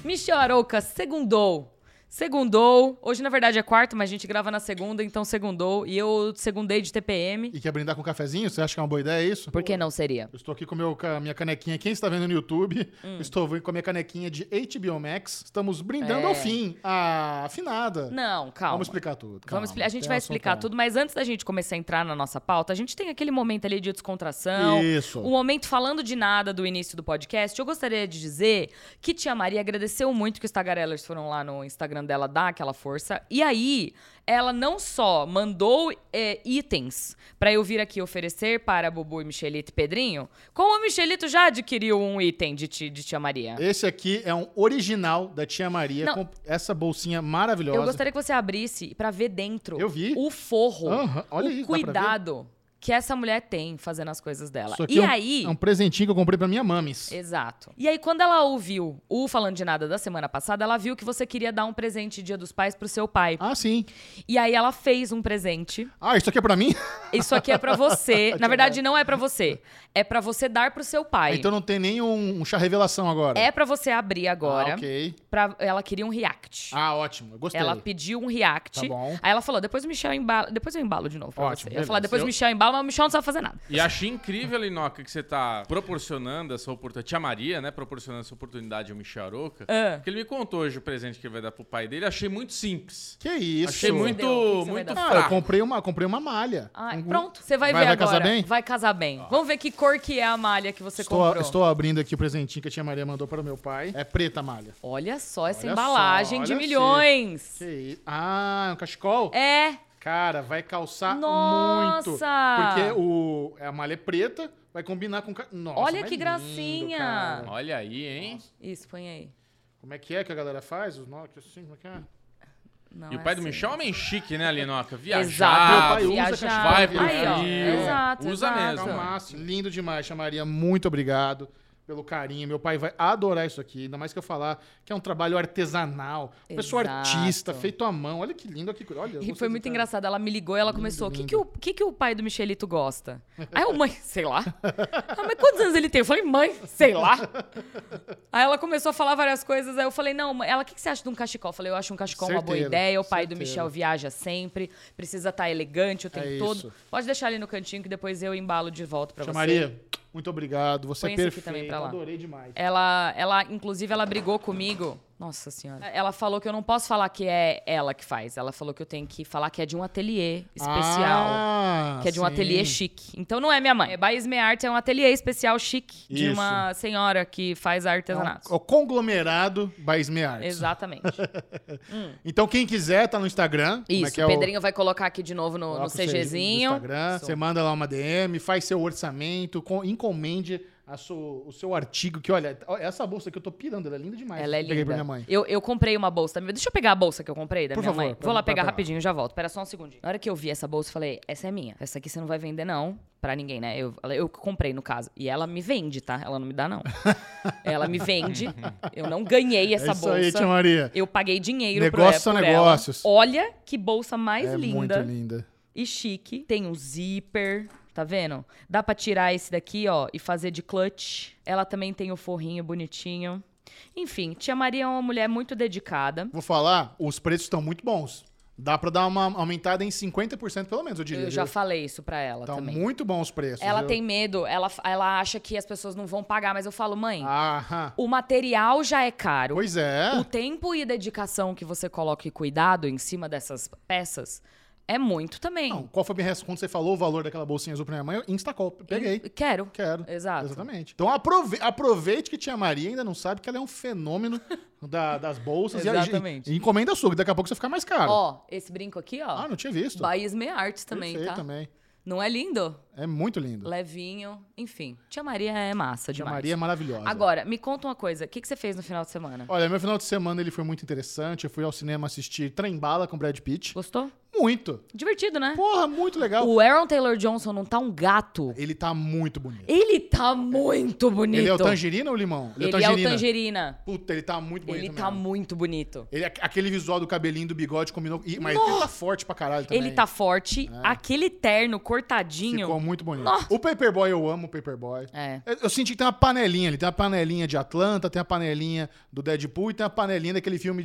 Michel Arouca, segundou. Segundou. Hoje, na verdade, é quarta, mas a gente grava na segunda, então segundou. E eu segundei de TPM. E quer brindar com um cafezinho? Você acha que é uma boa ideia isso? Por que não seria? Eu estou aqui com a minha canequinha. Quem está vendo no YouTube, estou com a minha canequinha de HBO Max. Estamos brindando ao fim. A afinada. Não, calma. Vamos explicar tudo. Calma. A gente vai explicar tudo, mas antes da gente começar a entrar na nossa pauta, a gente tem aquele momento ali de descontração. Isso. Um momento falando de nada do início do podcast. Eu gostaria de dizer que Tia Maria agradeceu muito que os tagarellers foram lá no Instagram dela dar aquela força. E aí, ela não só mandou itens pra eu vir aqui oferecer para Bubu e Michelito e Pedrinho, como o Michelito já adquiriu um item de Tia Maria. Esse aqui é um original da Tia Maria, com essa bolsinha maravilhosa. Eu gostaria que você abrisse pra ver dentro. Eu vi. O forro. Olha o isso, cuidado que essa mulher tem fazendo as coisas dela. Isso aqui é um presentinho que eu comprei pra minha mames. Exato. E aí, quando ela ouviu o Falando de Nada da semana passada, ela viu que você queria dar um presente Dia dos Pais pro seu pai. Ah, sim. E aí, ela fez um presente. Ah, isso aqui é pra mim? Isso aqui é pra você. Na verdade, não é pra você. É pra você dar pro seu pai. Então não tem nem um chá revelação agora. É pra você abrir agora. Ah, ok. Ela queria um react. Ah, ótimo. Eu gostei. Ela pediu um react. Tá bom. Aí ela falou, depois o Michel embala. Depois eu embalo de novo pra Ótimo, você. Ela falou, depois o Michel embala, mas o Michel não sabe fazer nada. E achei incrível, Linoca, que você tá proporcionando essa oportunidade. Tia Maria, né? Proporcionando essa oportunidade ao Michel Arouca. Porque ele me contou hoje o presente que ele vai dar pro pai dele. Achei muito simples. Que isso? Achei muito, Entendeu? muito Ah, eu fraco. comprei uma malha. Pronto, você vai ver vai agora. casar bem? Vai casar bem. Vamos ver que cor que é a malha que você comprou. Estou abrindo aqui o presentinho que a Tia Maria mandou para o meu pai. É preta a malha. Olha só essa Olha embalagem só, de olha milhões. Que isso? Ah, um cachecol? É. Cara, vai calçar Nossa! muito. Porque a malha é preta, vai combinar com... Nossa, Olha mas que lindo, gracinha. cara. Olha aí, hein? Isso, põe aí. Como é que a galera faz? Os notes assim, como é que é? Não, E o pai do assim. Michel é um homem chique, né, Linoca? Exato. Viajado. Meu pai usa Viajado. cachecol. Vai pro Aí, ó. frio. Exato, Usa exato. mesmo. É o máximo. Lindo demais, Tia Maria. Muito obrigado pelo carinho. Meu pai vai adorar isso aqui. Ainda mais que eu falar que é um trabalho artesanal. Pessoa Exato. artista, feito à mão. Olha que lindo. Olha, E foi muito engraçado. Ela me ligou e ela começou. O que o pai do Michelito gosta? Aí eu, mãe, sei lá. Mas quantos anos ele tem? Eu falei, mãe, sei lá. Aí ela começou a falar várias coisas. Aí eu falei, não, mãe, ela, o que você acha de um cachecol? Eu falei, eu acho um cachecol uma boa Certeiro, ideia. O pai do certeiro. Michel viaja sempre. Precisa estar elegante o tempo É todo. isso. Pode deixar ali no cantinho que depois eu embalo de volta pra Tia você. Maria, muito obrigado. Você Põe é esse aqui perfeito. também pra lá. Adorei demais. Inclusive, ela brigou comigo. Nossa senhora. Ela falou que eu não posso falar que é ela que faz. Ela falou que eu tenho que falar que é de um ateliê especial. Ah, Que é de um sim. ateliê chique. Então não é minha mãe. Baisme Art é um ateliê especial chique de Isso. uma senhora que faz artesanato. É o conglomerado Baisme Arts. Exatamente. Então, quem quiser, tá no Instagram. Como Isso, é que é o Pedrinho vai colocar aqui de novo no Coloca o seu CGzinho. Instagram, você manda lá uma DM, faz seu orçamento, encomende o seu artigo, que olha, essa bolsa que eu tô pirando, ela é linda demais. Ela é Peguei pra linda. minha mãe. Eu comprei uma bolsa também. Deixa eu pegar a bolsa que eu comprei da Por minha favor, mãe. Vou lá pegar pra lá. rapidinho, já volto. Espera só um segundinho. Na hora que eu vi essa bolsa, eu falei, essa é minha. Essa aqui você não vai vender, não. Pra ninguém, né? Eu comprei, no caso. E ela me vende, tá? Ela não me dá, não. Ela me vende. Eu não ganhei essa isso bolsa. aí, Tia Maria. Eu paguei dinheiro Negócios são por negócios. ela. Olha que bolsa mais É muito linda linda. e chique. Tem um zíper, tá vendo? Dá pra tirar esse daqui, ó, e fazer de clutch. Ela também tem o forrinho bonitinho. Enfim, Tia Maria é uma mulher muito dedicada. Vou falar, os preços estão muito bons. Dá pra dar uma aumentada em 50% pelo menos, eu diria. Eu já viu? falei isso pra ela Estão também. muito bons os preços. Ela viu? tem medo, ela acha que as pessoas não vão pagar, mas eu falo, mãe, Aham. o material já é caro. Pois é. O tempo e dedicação que você coloca e cuidado em cima dessas peças é muito também. Não, qual foi a minha reação? Quando você falou o valor daquela bolsinha azul pra minha mãe, eu Instacol, peguei. Quero. Quero. Exato. Exatamente. Então aproveite que Tia Maria ainda não sabe que ela é um fenômeno das bolsas. Exatamente. E encomenda sua, que daqui a pouco você fica mais caro. Ó, esse brinco aqui, ó. Ah, não tinha visto. Baisme Arts também, Perfeito tá? também. Não é lindo? É muito lindo. Levinho, enfim. Tia Maria é massa Tia demais. Maria é maravilhosa. Agora, me conta uma coisa. O que você fez no final de semana? Olha, meu final de semana ele foi muito interessante. Eu fui ao cinema assistir Trem Bala com Brad Pitt. Gostou? Muito. Divertido, né? Porra, muito legal. O Aaron Taylor-Johnson não tá um gato. Ele tá muito bonito. Ele tá muito bonito. Ele é o tangerina ou limão? Ele é o tangerina. Puta, ele tá muito bonito Ele mesmo. tá muito bonito. Aquele visual do cabelinho, do bigode combinou... Mas ele tá forte pra caralho também. Ele tá forte. Aquele terno cortadinho. Ficou muito bonito. Nossa. O Paperboy, eu amo o Paperboy. É. Eu senti que tem uma panelinha. Ele tem uma panelinha de Atlanta, tem a panelinha do Deadpool e tem a panelinha daquele filme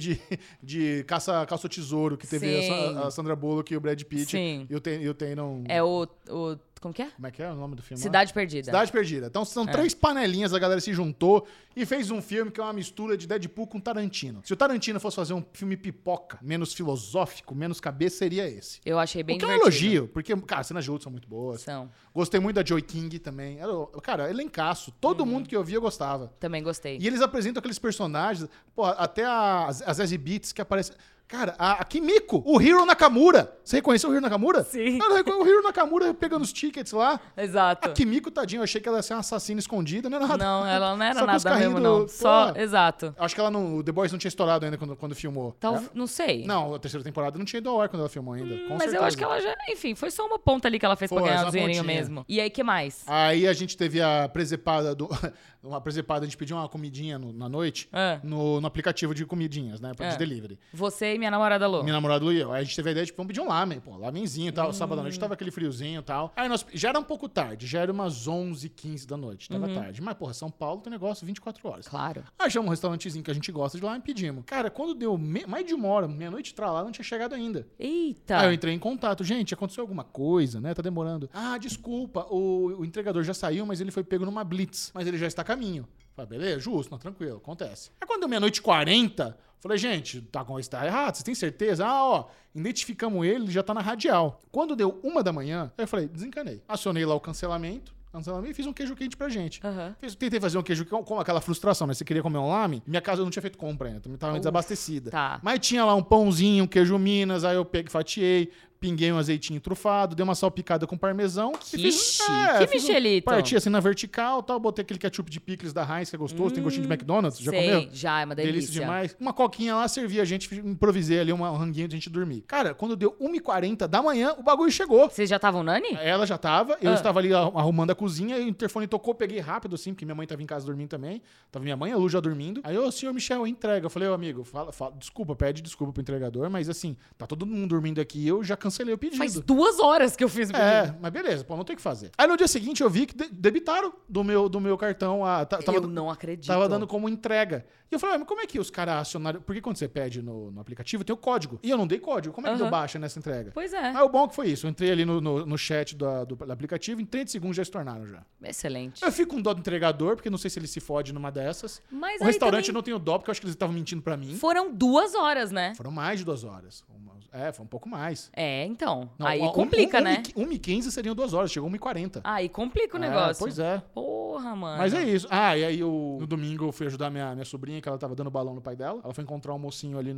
de caça ao tesouro que teve a Sandra Bullock e o Brad Pitt. Sim. E o Tatum... É o... Como que é? Como é que é o nome do filme? Cidade Perdida. Cidade Perdida. Então são 3 panelinhas, a galera se juntou e fez um filme que é uma mistura de Deadpool com Tarantino. Se o Tarantino fosse fazer um filme pipoca, menos filosófico, menos cabeça, seria esse. Eu achei bem divertido. Que é um elogio, porque, cara, as cenas de luta são muito boas. São. Gostei muito da Joy King também. Cara, elencaço. Todo mundo que eu vi eu gostava. Também gostei. E eles apresentam aqueles personagens, pô, até as Zazie Beetz que aparecem... Cara, a Kimiko, o Hiro Nakamura. Você reconheceu o Hiro Nakamura? Sim. O Hiro Nakamura pegando os tickets lá. Exato. A Kimiko, tadinho, eu achei que ela ia ser uma assassina escondida, não era nada. Não, ela não era Só com os nada mesmo, carrinhos não. Só, exato. Acho que ela não... O The Boys não tinha estourado ainda quando filmou. Não sei. Não, a terceira temporada não tinha ido ao ar quando ela filmou ainda. Com Mas certeza. eu acho que ela já... Enfim, foi só uma ponta ali que ela fez pra ganhar um dinheirinho mesmo. E aí, que mais? Aí a gente teve a presepada do... Uma presepada, a gente pediu uma comidinha na noite no aplicativo de comidinhas, né? De delivery. Você e minha namorada Lu. Minha namorada Lu e eu. Aí a gente teve a ideia de, vamos pedir um lamen, pô, lamenzinho e tal. Sábado à noite tava aquele friozinho e tal. Aí já era um pouco tarde, já era umas 11h15 da noite, tava tarde. Mas, porra, São Paulo tem negócio 24 horas. Claro. Aí achamos um restaurantezinho que a gente gosta de lá e pedimos. Cara, quando deu mais de uma hora, meia-noite pra lá, não tinha chegado ainda. Eita. Aí eu entrei em contato. Gente, aconteceu alguma coisa, né? Tá demorando. Ah, desculpa, o entregador já saiu, mas ele foi pego numa blitz. Mas ele já está a caminho. Falei, beleza, justo, não, tranquilo, acontece. Aí quando deu meia-noite e 40, falei, gente, tá errado, vocês têm certeza? Identificamos ele já tá na radial. Quando deu 1h, eu falei, desencanei. Acionei lá o cancelamento e fiz um queijo quente pra gente. Tentei fazer um queijo quente com aquela frustração, né? Você queria comer um lamen? Minha casa eu não tinha feito compra ainda, também tava desabastecida. Tá. Mas tinha lá um pãozinho, um queijo Minas, aí eu fatiei, pinguei um azeitinho trufado, dei uma salpicada com parmesão. Que Michelito. Parti assim na vertical, tal, botei aquele ketchup de picles da Heinz, que é gostoso, tem gostinho de McDonald's, já comeu? Já, é uma delícia. Demais. Uma coquinha lá, servi a gente, improvisei ali um ranguinho de a gente dormir. Cara, quando deu 1h40 da manhã, o bagulho chegou. Vocês já estavam nani? Ela já tava, eu estava ali arrumando a cozinha, e o interfone tocou, peguei rápido assim, porque minha mãe tava em casa dormindo também. Tava minha mãe, a Lu já dormindo. Aí, senhor Michel, entrega. Eu falei, amigo, fala, desculpa, pede desculpa pro entregador, mas assim, tá todo mundo dormindo aqui, eu já cancelei o pedido. Faz 2 horas que eu fiz o pedido. Mas beleza, não tem o que fazer. Aí no dia seguinte eu vi que debitaram do meu cartão. Eu não acredito. Tava dando como entrega. E eu falei, mas como é que os caras acionaram? Porque quando você pede no aplicativo, tem o código. E eu não dei código. Como é que deu baixa nessa entrega? Pois é. Aí o bom que foi isso. Eu entrei ali no chat do aplicativo, em 30 segundos já se tornaram já. Excelente. Eu fico com dó do entregador, porque não sei se ele se fode numa dessas. Mas o restaurante eu não tenho dó, porque eu acho que eles estavam mentindo pra mim. Foram 2 horas, né? Foram mais de 2 horas. Foi um pouco mais. Então. Não, aí complica, né? 1h15 seriam 2 horas, chegou 1h40. Aí complica o negócio. Pois é. Porra, mano. Mas é isso. E aí no domingo eu fui ajudar minha sobrinha, que ela tava dando balão no pai dela. Ela foi encontrar um mocinho ali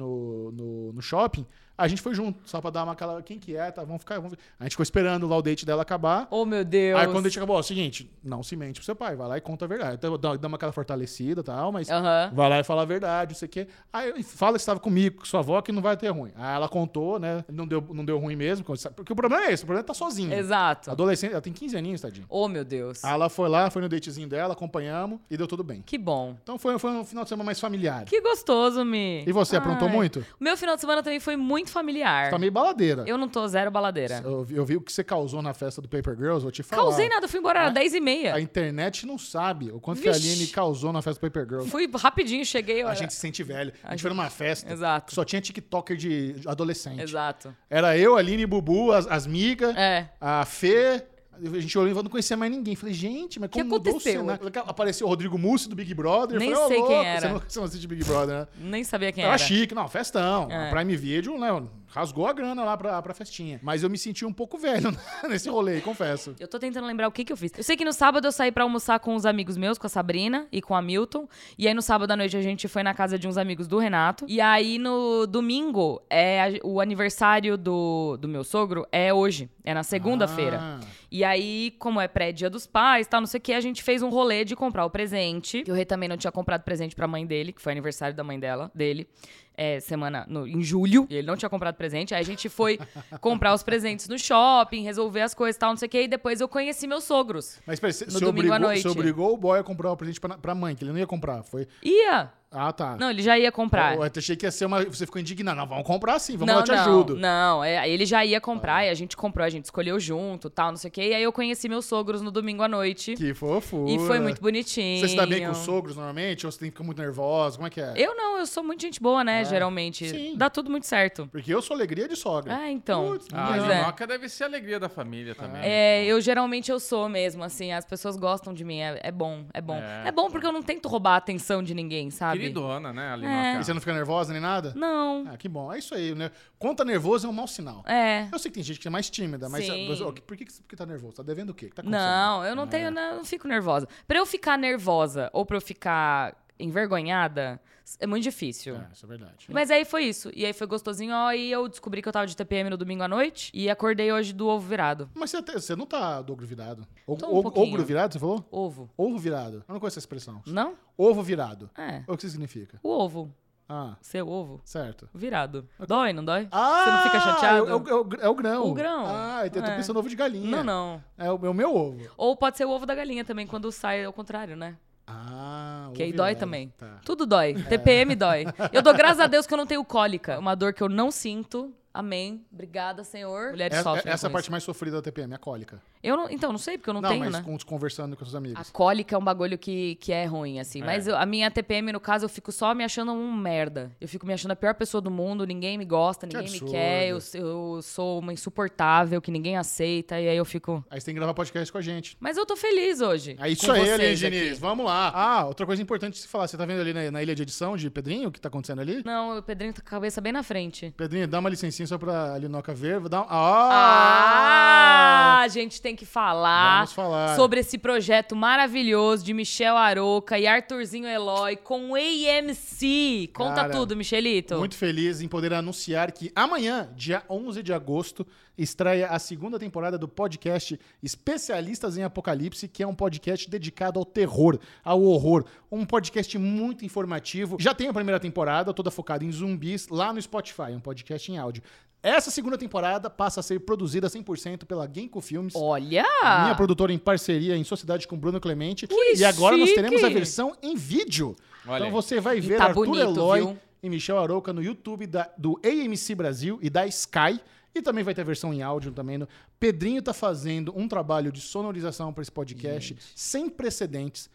no shopping. A gente foi junto, só pra dar aquela... Quem que é? Tá, vamos ver. A gente ficou esperando lá o date dela acabar. Oh, meu Deus. Aí quando o date acabou, seguinte, não se mente pro seu pai, vai lá e conta a verdade. Então dá aquela fortalecida e tal, mas vai lá e fala a verdade, não sei o quê. Aí fala que você tava comigo, com sua avó, que não vai ter ruim. Aí ela contou, né? Não deu ruim mesmo, porque o problema é esse, o problema é tá sozinha. Exato. Adolescente, ela tem 15 aninhos, tadinho. Oh, meu Deus. Aí ela foi lá, foi no datezinho dela, acompanhamos e deu tudo bem. Que bom. Então foi um final de semana mais familiar. Que gostoso, Mi. E você, aprontou muito? O meu final de semana também foi muito familiar. Você tá meio baladeira. Eu não tô zero baladeira. Eu vi o que você causou na festa do Paper Girls, vou te falar. Causei nada, fui embora, era 10h30. A internet não sabe o quanto que a Aline causou na festa do Paper Girls. Fui rapidinho, cheguei. A gente se sente velho. A gente foi numa festa que só tinha TikToker de adolescente. Exato. Era eu, a Aline, Bubu, as migas, a Fê... A gente olhou e não conhecia mais ninguém. Falei, gente, mas como mudou o cenário? Apareceu o Rodrigo Mussi do Big Brother. Nem falei, sei quem era. Você não assiste Big Brother, né? Nem sabia quem era. Era chique, não, festão. A Prime Video, né, rasgou a grana lá pra festinha. Mas eu me senti um pouco velho nesse rolê, confesso. Eu tô tentando lembrar o que eu fiz. Eu sei que no sábado eu saí pra almoçar com uns amigos meus, com a Sabrina e com a Milton. E aí no sábado à noite a gente foi na casa de uns amigos do Renato. E aí no domingo, o aniversário do meu sogro é hoje. É na segunda-feira. E aí, como é pré-dia dos pais, tal, não sei o que, a gente fez um rolê de comprar o presente. O Rei também não tinha comprado presente pra mãe dele, que foi aniversário da mãe dele. em julho. E ele não tinha comprado presente. Aí a gente foi comprar os presentes no shopping, resolver as coisas e tal, não sei o quê. E depois eu conheci meus sogros. Mas peraí, no domingo à noite. Você obrigou o boy a comprar um presente pra mãe, que ele não ia comprar, foi... Ia. Ah, tá. Não, ele já ia comprar. Eu achei que ia ser você ficou indignado. Não, vamos comprar sim, eu te ajudo. Não, ele já ia comprar e a gente comprou, a gente escolheu junto, tal, não sei o quê. E aí eu conheci meus sogros no domingo à noite. Que fofura. E foi muito bonitinho. Você se dá bem com os sogros normalmente? Ou você tem que ficar muito nervosa? Como é que é? Eu sou muito gente boa, né, geralmente. Sim. Dá tudo muito certo. Porque eu sou alegria de sogra. Ah, então. Putz, A Linoca deve ser a alegria da família também. Geralmente eu sou mesmo, assim, as pessoas gostam de mim, é bom. É bom porque eu não tento roubar a atenção de ninguém, sabe? Queridona, né, a Linoca. E você não fica nervosa nem nada? Não. Ah, que bom. É isso aí, né? Quando tá nervoso é um mau sinal. É. Eu sei que tem gente que é mais tímida, mas Sim. por que tá nervoso? Tá devendo o quê? O que tá acontecendo? Não, eu não tenho, eu não fico nervosa. Pra eu ficar nervosa ou pra eu ficar envergonhada, é muito difícil. Isso é verdade. Mas aí foi isso. E aí foi gostosinho, e eu descobri que eu tava de TPM no domingo à noite e acordei hoje do ovo virado. Mas você não tá do ogro virado. Tô um pouquinho. Ogro virado, você falou? Ovo. Ovo virado. Eu não conheço essa expressão. Não? Ovo virado. É. O que significa? O ovo. Ah, Seu ovo. certo. Virado. Dói, não dói? Ah, Você não fica chateado? É o grão. O grão. Ah, eu tô pensando no ovo de galinha. Não. É o meu ovo. Ou pode ser o ovo da galinha também, quando sai ao contrário, né? Ah, Que aí ovo dói virado. também. Tá. Tudo dói. TPM dói. Eu dou graças a Deus que eu não tenho cólica. Uma dor que eu não sinto. Amém. Obrigada, Senhor. Mulheres sofrem Essa é a com parte isso. mais sofrida da TPM, a cólica. Então, não sei, porque eu não tenho, mas né? conversando com os A amigos. cólica é um bagulho que é ruim, assim. Mas a minha TPM, no caso, eu fico só me achando um merda. Eu fico me achando a pior pessoa do mundo, ninguém me gosta, ninguém me absurdo. quer. Eu sou uma insuportável, que ninguém aceita, e aí eu fico... Aí você tem que gravar podcast com a gente. Mas eu tô feliz hoje. É isso com aí, vocês Aline aqui. Diniz. Vamos lá. Ah, outra coisa importante de se falar. Você tá vendo ali na ilha de edição de Pedrinho, o que tá acontecendo ali? Não, o Pedrinho tá com a cabeça bem na frente. Pedrinho, dá uma licencinha só pra Linoca ver. Vou dar A gente tem que falar, Vamos falar sobre esse projeto maravilhoso de Michel Aroca e Arthurzinho Eloy com o AMC. Conta Cara, tudo, Michelito. Muito feliz em poder anunciar que amanhã, dia 11 de agosto, estreia a segunda temporada do podcast Especialistas em Apocalipse, que é um podcast dedicado ao terror, ao horror. Um podcast muito informativo. Já tem a primeira temporada, toda focada em zumbis, lá no Spotify, um podcast em áudio. Essa segunda temporada passa a ser produzida 100% pela Genko Filmes. Olha! Minha produtora em parceria, em sociedade com Bruno Clemente. Que e agora nós chique! teremos a versão em vídeo. Olha Então aí. você vai ver tá Arthur bonito, Eloy viu? e Michel Aroca no YouTube do AMC Brasil e da Sky. E também vai ter a versão em áudio também. Pedrinho tá fazendo um trabalho de sonorização para esse podcast sem precedentes.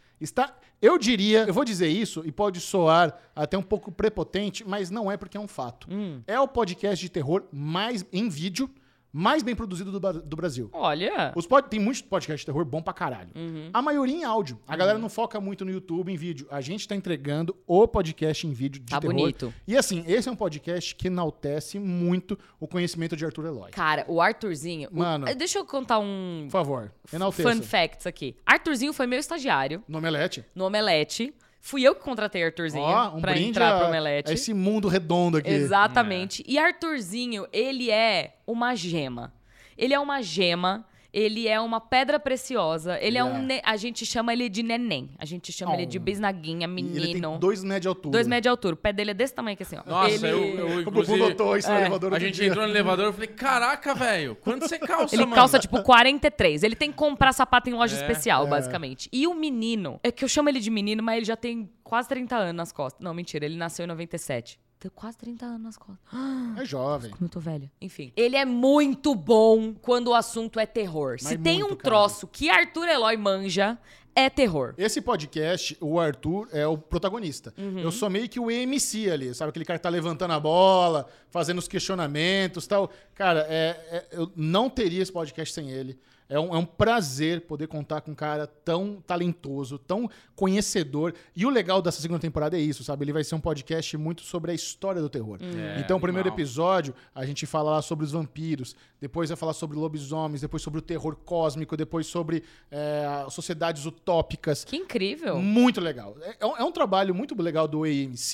Eu vou dizer isso e pode soar até um pouco prepotente, mas não é porque é um fato. É o podcast de terror em vídeo mais bem produzido do Brasil. Olha! Tem muitos podcasts de terror bom pra caralho. A maioria em áudio. A galera não foca muito no YouTube, em vídeo. A gente tá entregando o podcast em vídeo de Tá terror. bonito. E assim, esse é um podcast que enaltece muito o conhecimento de Arthur Eloy. Cara, o Arthurzinho... Mano. Deixa eu contar um Por favor, enalteça. fun facts aqui. Arthurzinho foi meu estagiário No Omelete. no Omelete. Fui eu que contratei Arthurzinho Ó, um pra brinde entrar pro a Omelete. esse mundo redondo aqui. Exatamente. E Arthurzinho, ele é uma gema. Ele é uma gema, ele é uma pedra preciosa, ele é um... A gente chama ele de neném, a gente chama ele de bisnaguinha, E menino. ele tem 2 metros de altura. 2 metros de altura. O pé dele é desse tamanho aqui assim, ó. Nossa, ele... eu O Bubu inclusive... notou isso no elevador A outro gente dia. entrou no elevador e falei, caraca, velho, quanto você calça, Ele mano? calça, tipo, 43. Ele tem que comprar sapato em loja especial, basicamente. E o menino, é que eu chamo ele de menino, mas ele já tem quase 30 anos nas costas. Não, mentira, ele nasceu em 97. Tem quase 30 anos nas costas. É jovem. Como eu tô velha. Enfim. Ele é muito bom quando o assunto é terror. Se tem muito, um cara. troço que Arthur Eloy manja, é terror. Esse podcast, o Arthur é o protagonista. Eu sou meio que o MC ali, sabe? Aquele cara que tá levantando a bola, fazendo os questionamentos e tal. Cara, eu não teria esse podcast sem ele. É um prazer poder contar com um cara tão talentoso, tão conhecedor. E o legal dessa segunda temporada é isso, sabe? Ele vai ser um podcast muito sobre a história do terror. Então, o primeiro episódio, a gente fala lá sobre os vampiros, depois vai falar sobre lobisomens, depois sobre o terror cósmico, depois sobre sociedades utópicas. Que incrível. Muito legal. É um trabalho muito legal do AMC,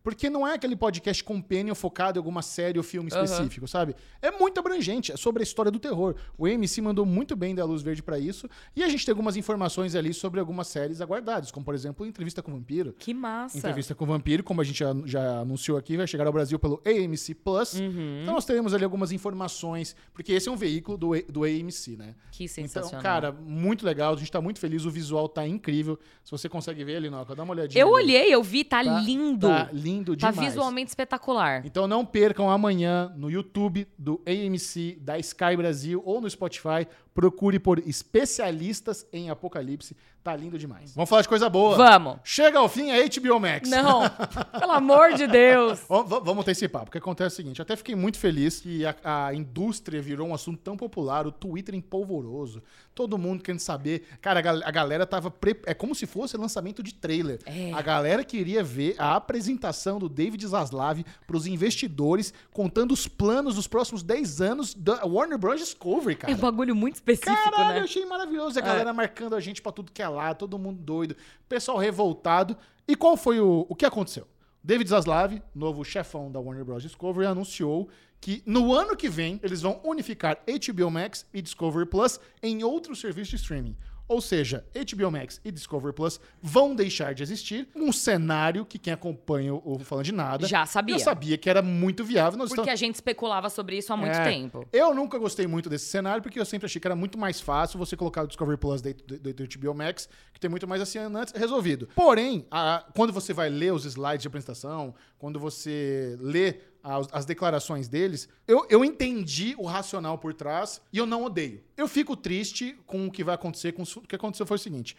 Porque não é aquele podcast companion focado em alguma série ou filme específico, sabe? É muito abrangente, é sobre a história do terror. O AMC mandou muito bem da luz verde pra isso, e a gente tem algumas informações ali sobre algumas séries aguardadas, como, por exemplo, Entrevista com o Vampiro. Que massa! Entrevista com o Vampiro, como a gente já anunciou aqui, vai chegar ao Brasil pelo AMC Plus. Então nós teremos ali algumas informações, porque esse é um veículo do AMC, né? Que sensacional. Então, cara, muito legal, a gente tá muito feliz, o visual tá incrível. Se você consegue ver ali, Noca, dá uma olhadinha. Eu olhei, eu vi, tá lindo. Tá lindo demais. Tá visualmente espetacular. Então não percam amanhã no YouTube do AMC, da Sky Brasil ou no Spotify. Procure por Especialistas em Apocalipse. Tá lindo demais. Vamos falar de coisa boa. Vamos. Chega ao fim a HBO Max. Não, pelo amor de Deus. Vamos antecipar, porque acontece o seguinte. Eu até fiquei muito feliz que a indústria virou um assunto tão popular, o Twitter empolvoroso, todo mundo querendo saber. Cara, a galera tava... É como se fosse lançamento de trailer. A galera queria ver a apresentação do David Zaslav pros investidores, contando os planos dos próximos 10 anos da Warner Bros. Discovery, cara. É um bagulho muito específico, Caralho, né? eu achei maravilhoso. A galera marcando a gente pra tudo que é lá, todo mundo doido, pessoal revoltado. E qual foi o que aconteceu? David Zaslav, novo chefão da Warner Bros. Discovery, anunciou que no ano que vem eles vão unificar HBO Max e Discovery Plus em outro serviço de streaming. Ou seja, HBO Max e Discovery Plus vão deixar de existir. Um cenário que quem acompanha o Falando de Nada já sabia que era muito viável. Porque a gente especulava sobre isso há muito tempo. Eu nunca gostei muito desse cenário, porque eu sempre achei que era muito mais fácil você colocar o Discovery Plus do HBO Max, que tem muito mais assinantes, resolvido. Porém, quando você vai ler os slides de apresentação, quando você lê as declarações deles, eu entendi o racional por trás e eu não odeio. Eu fico triste com o que vai acontecer. O que aconteceu foi o seguinte.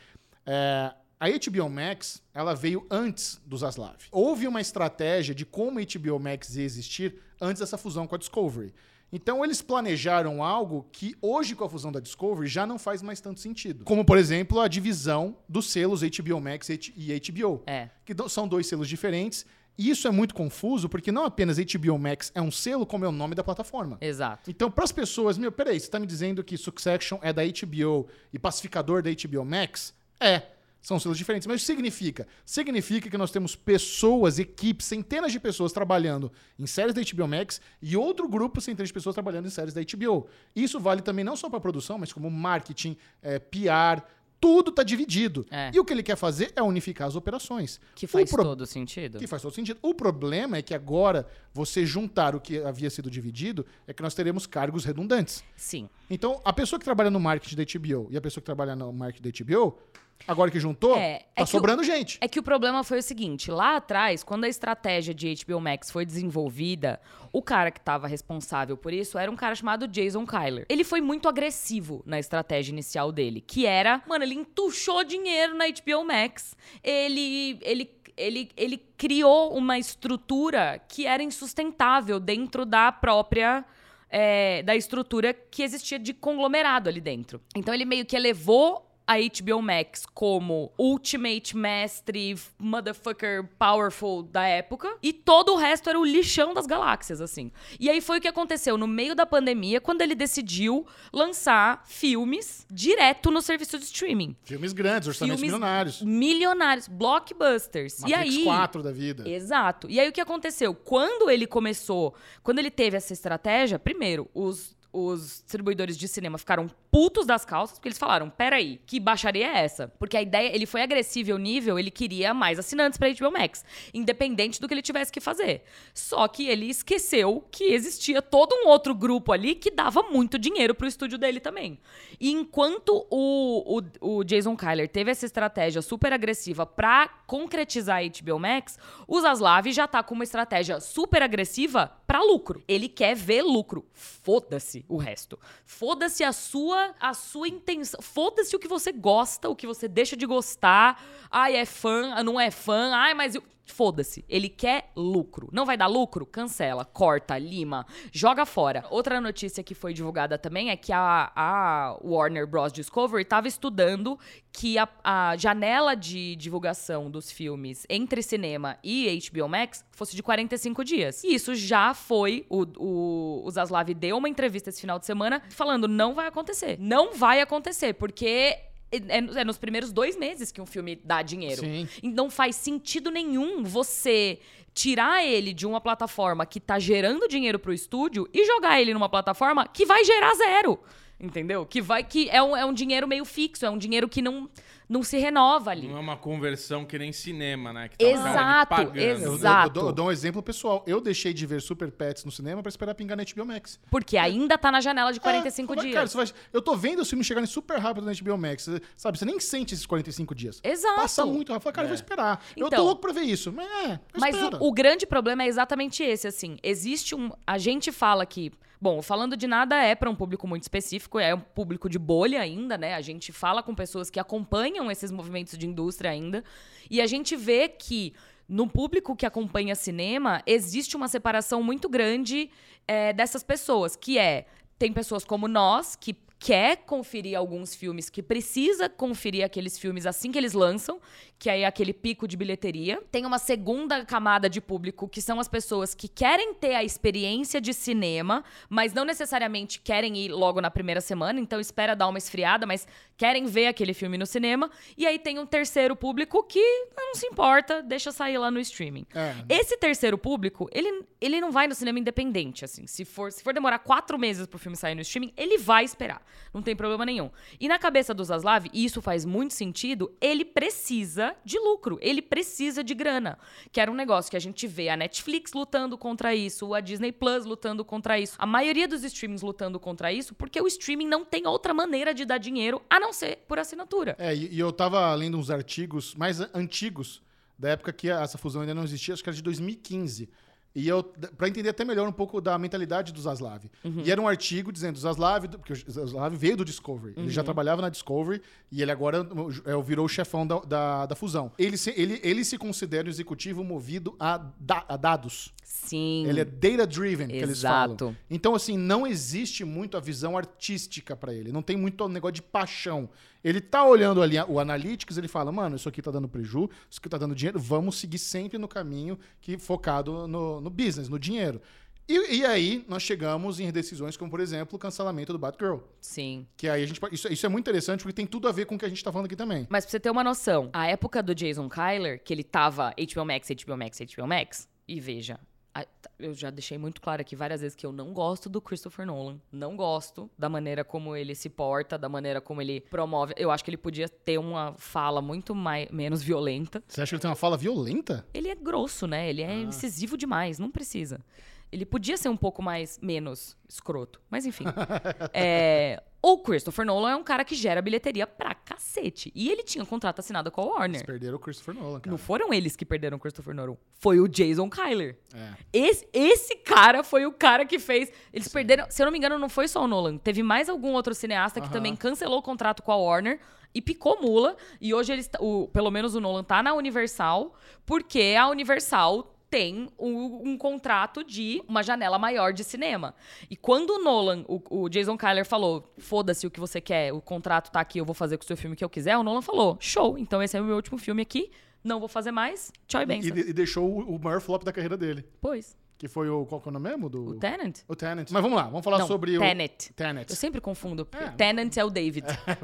A HBO Max, ela veio antes do Zaslav. Houve uma estratégia de como a HBO Max ia existir antes dessa fusão com a Discovery. Então, eles planejaram algo que hoje, com a fusão da Discovery, já não faz mais tanto sentido. Como, por exemplo, a divisão dos selos HBO Max e HBO. Que são dois selos diferentes. E isso é muito confuso, porque não apenas HBO Max é um selo, como é o nome da plataforma. Exato. Então, para as pessoas, peraí, você tá me dizendo que Succession é da HBO e Pacificador da HBO Max? São selos diferentes. Mas o que significa? Significa que nós temos pessoas, equipes, centenas de pessoas trabalhando em séries da HBO Max e outro grupo, centenas de pessoas trabalhando em séries da HBO. Isso vale também não só para produção, mas como marketing, PR... Tudo tá dividido. E o que ele quer fazer é unificar as operações. Que faz todo sentido. Que faz todo sentido. O problema é que agora, você juntar o que havia sido dividido, é que nós teremos cargos redundantes. Sim. Então, a pessoa que trabalha no marketing da HBO e a pessoa que trabalha no marketing da HBO, agora que juntou, tá sobrando gente. É que o problema foi o seguinte, lá atrás, quando a estratégia de HBO Max foi desenvolvida, o cara que estava responsável por isso era um cara chamado Jason Kilar. Ele foi muito agressivo na estratégia inicial dele, que era, ele entuchou dinheiro na HBO Max. Ele criou uma estrutura que era insustentável dentro da própria... da estrutura que existia de conglomerado ali dentro. Então ele meio que elevou a HBO Max como ultimate mestre, motherfucker powerful da época, e todo o resto era o lixão das galáxias, assim. E aí foi o que aconteceu no meio da pandemia, quando ele decidiu lançar filmes direto no serviço de streaming. Filmes grandes, orçamentos milionários. Milionários, blockbusters. Matrix e aí 4 da vida. Exato. E aí o que aconteceu? Quando ele teve essa estratégia, primeiro, os distribuidores de cinema ficaram putos das calças, porque eles falaram, peraí, que baixaria é essa? Porque a ideia, ele foi agressivo ao nível, ele queria mais assinantes pra HBO Max, independente do que ele tivesse que fazer. Só que ele esqueceu que existia todo um outro grupo ali que dava muito dinheiro pro estúdio dele também. E enquanto o Jason Kilar teve essa estratégia super agressiva pra concretizar a HBO Max, o Zaslav já tá com uma estratégia super agressiva pra lucro. Ele quer ver lucro. Foda-se o resto. Foda-se a sua intenção. Foda-se o que você gosta, o que você deixa de gostar. Ai, é fã, não é fã. Ai, mas... Foda-se. Ele quer lucro. Não vai dar lucro? Cancela, corta, lima, joga fora. Outra notícia que foi divulgada também é que a Warner Bros. Discovery estava estudando que a janela de divulgação dos filmes entre cinema e HBO Max fosse de 45 dias. E isso já foi... O Zaslav deu uma entrevista esse final de semana falando, não vai acontecer. Não vai acontecer, porque... é nos primeiros 2 meses que um filme dá dinheiro. Sim. Não faz sentido nenhum você tirar ele de uma plataforma que tá gerando dinheiro pro estúdio e jogar ele numa plataforma que vai gerar 0. Entendeu? Que é um dinheiro meio fixo, é um dinheiro que não se renova ali. Não é uma conversão que nem cinema, né? Que tá Exato, pagando, exato. Eu dou um exemplo pessoal. Eu deixei de ver Super Pets no cinema pra esperar pingar na HBO Max. Porque ainda tá na janela de 45 dias. Cara, eu tô vendo os filmes chegarem super rápido na HBO Max. Sabe, você nem sente esses 45 dias. Exato. Passa muito rápido. Cara, eu vou esperar. Eu tô louco pra ver isso. Mas o grande problema é exatamente esse, assim. Existe a gente fala que... Bom, Falando de Nada é para um público muito específico, é um público de bolha ainda, né? A gente fala com pessoas que acompanham esses movimentos de indústria ainda. E a gente vê que no público que acompanha cinema, existe uma separação muito grande dessas pessoas, que tem pessoas como nós, que quer conferir alguns filmes, que precisa conferir aqueles filmes assim que eles lançam, que aí é aquele pico de bilheteria. Tem uma segunda camada de público, que são as pessoas que querem ter a experiência de cinema, mas não necessariamente querem ir logo na primeira semana, então espera dar uma esfriada, mas querem ver aquele filme no cinema. E aí tem um terceiro público que não se importa, deixa sair lá no streaming. Esse terceiro público, ele não vai no cinema independente, assim. Se for demorar 4 meses pro filme sair no streaming, ele vai esperar. Não tem problema nenhum. E na cabeça do Zaslav, e isso faz muito sentido, ele precisa de lucro, ele precisa de grana. Que era um negócio que a gente vê a Netflix lutando contra isso, a Disney Plus lutando contra isso, a maioria dos streamings lutando contra isso, porque o streaming não tem outra maneira de dar dinheiro a não ser por assinatura. E eu tava lendo uns artigos mais antigos, da época que essa fusão ainda não existia, acho que era de 2015. E pra entender até melhor um pouco da mentalidade do Zaslav. E era um artigo dizendo porque o Zaslav veio do Discovery. Ele já trabalhava na Discovery e ele agora virou o chefão da fusão. Ele se considera um executivo movido a dados. Sim. Ele é data-driven, que eles falam. Exato. Então, assim, não existe muito a visão artística pra ele. Não tem muito o negócio de paixão. Ele tá olhando ali o Analytics, ele fala, mano, isso aqui tá dando preju, isso aqui tá dando dinheiro, vamos seguir sempre no caminho focado no business, no dinheiro. E aí, nós chegamos em decisões como, por exemplo, o cancelamento do Batgirl. Sim. Que aí isso é muito interessante, porque tem tudo a ver com o que a gente tá falando aqui também. Mas pra você ter uma noção, a época do Jason Kyler, que ele tava HBO Max, e veja... Eu já deixei muito claro aqui várias vezes que eu não gosto do Christopher Nolan. Não gosto da maneira como ele se porta, da maneira como ele promove. Eu acho que ele podia ter uma fala muito menos violenta. Você acha que ele tem uma fala violenta? Ele é grosso, né? Ele é incisivo demais. Não precisa. Ele podia ser um pouco menos escroto. Mas enfim. O Christopher Nolan é um cara que gera bilheteria pra cacete. E ele tinha um contrato assinado com a Warner. Eles perderam o Christopher Nolan, cara. Não foram eles que perderam o Christopher Nolan. Foi o Jason Kyler. Esse cara foi o cara que fez... Eles perderam... Se eu não me engano, não foi só o Nolan. Teve mais algum outro cineasta que também cancelou o contrato com a Warner e picou mula. E hoje pelo menos o Nolan tá na Universal, porque a Universal tem um contrato de uma janela maior de cinema. E quando o Nolan, o Jason Kyler falou, foda-se o que você quer, o contrato tá aqui, eu vou fazer com o seu filme o que eu quiser, o Nolan falou, show, então esse é o meu último filme aqui, não vou fazer mais, tchau e benção. E deixou o maior flop da carreira dele. Pois. Que foi qual que é o nome mesmo? O Tenet? O Tenet. Mas vamos lá, vamos falar sobre Tenet. o... Tenet. Eu sempre confundo. Tenet é o David.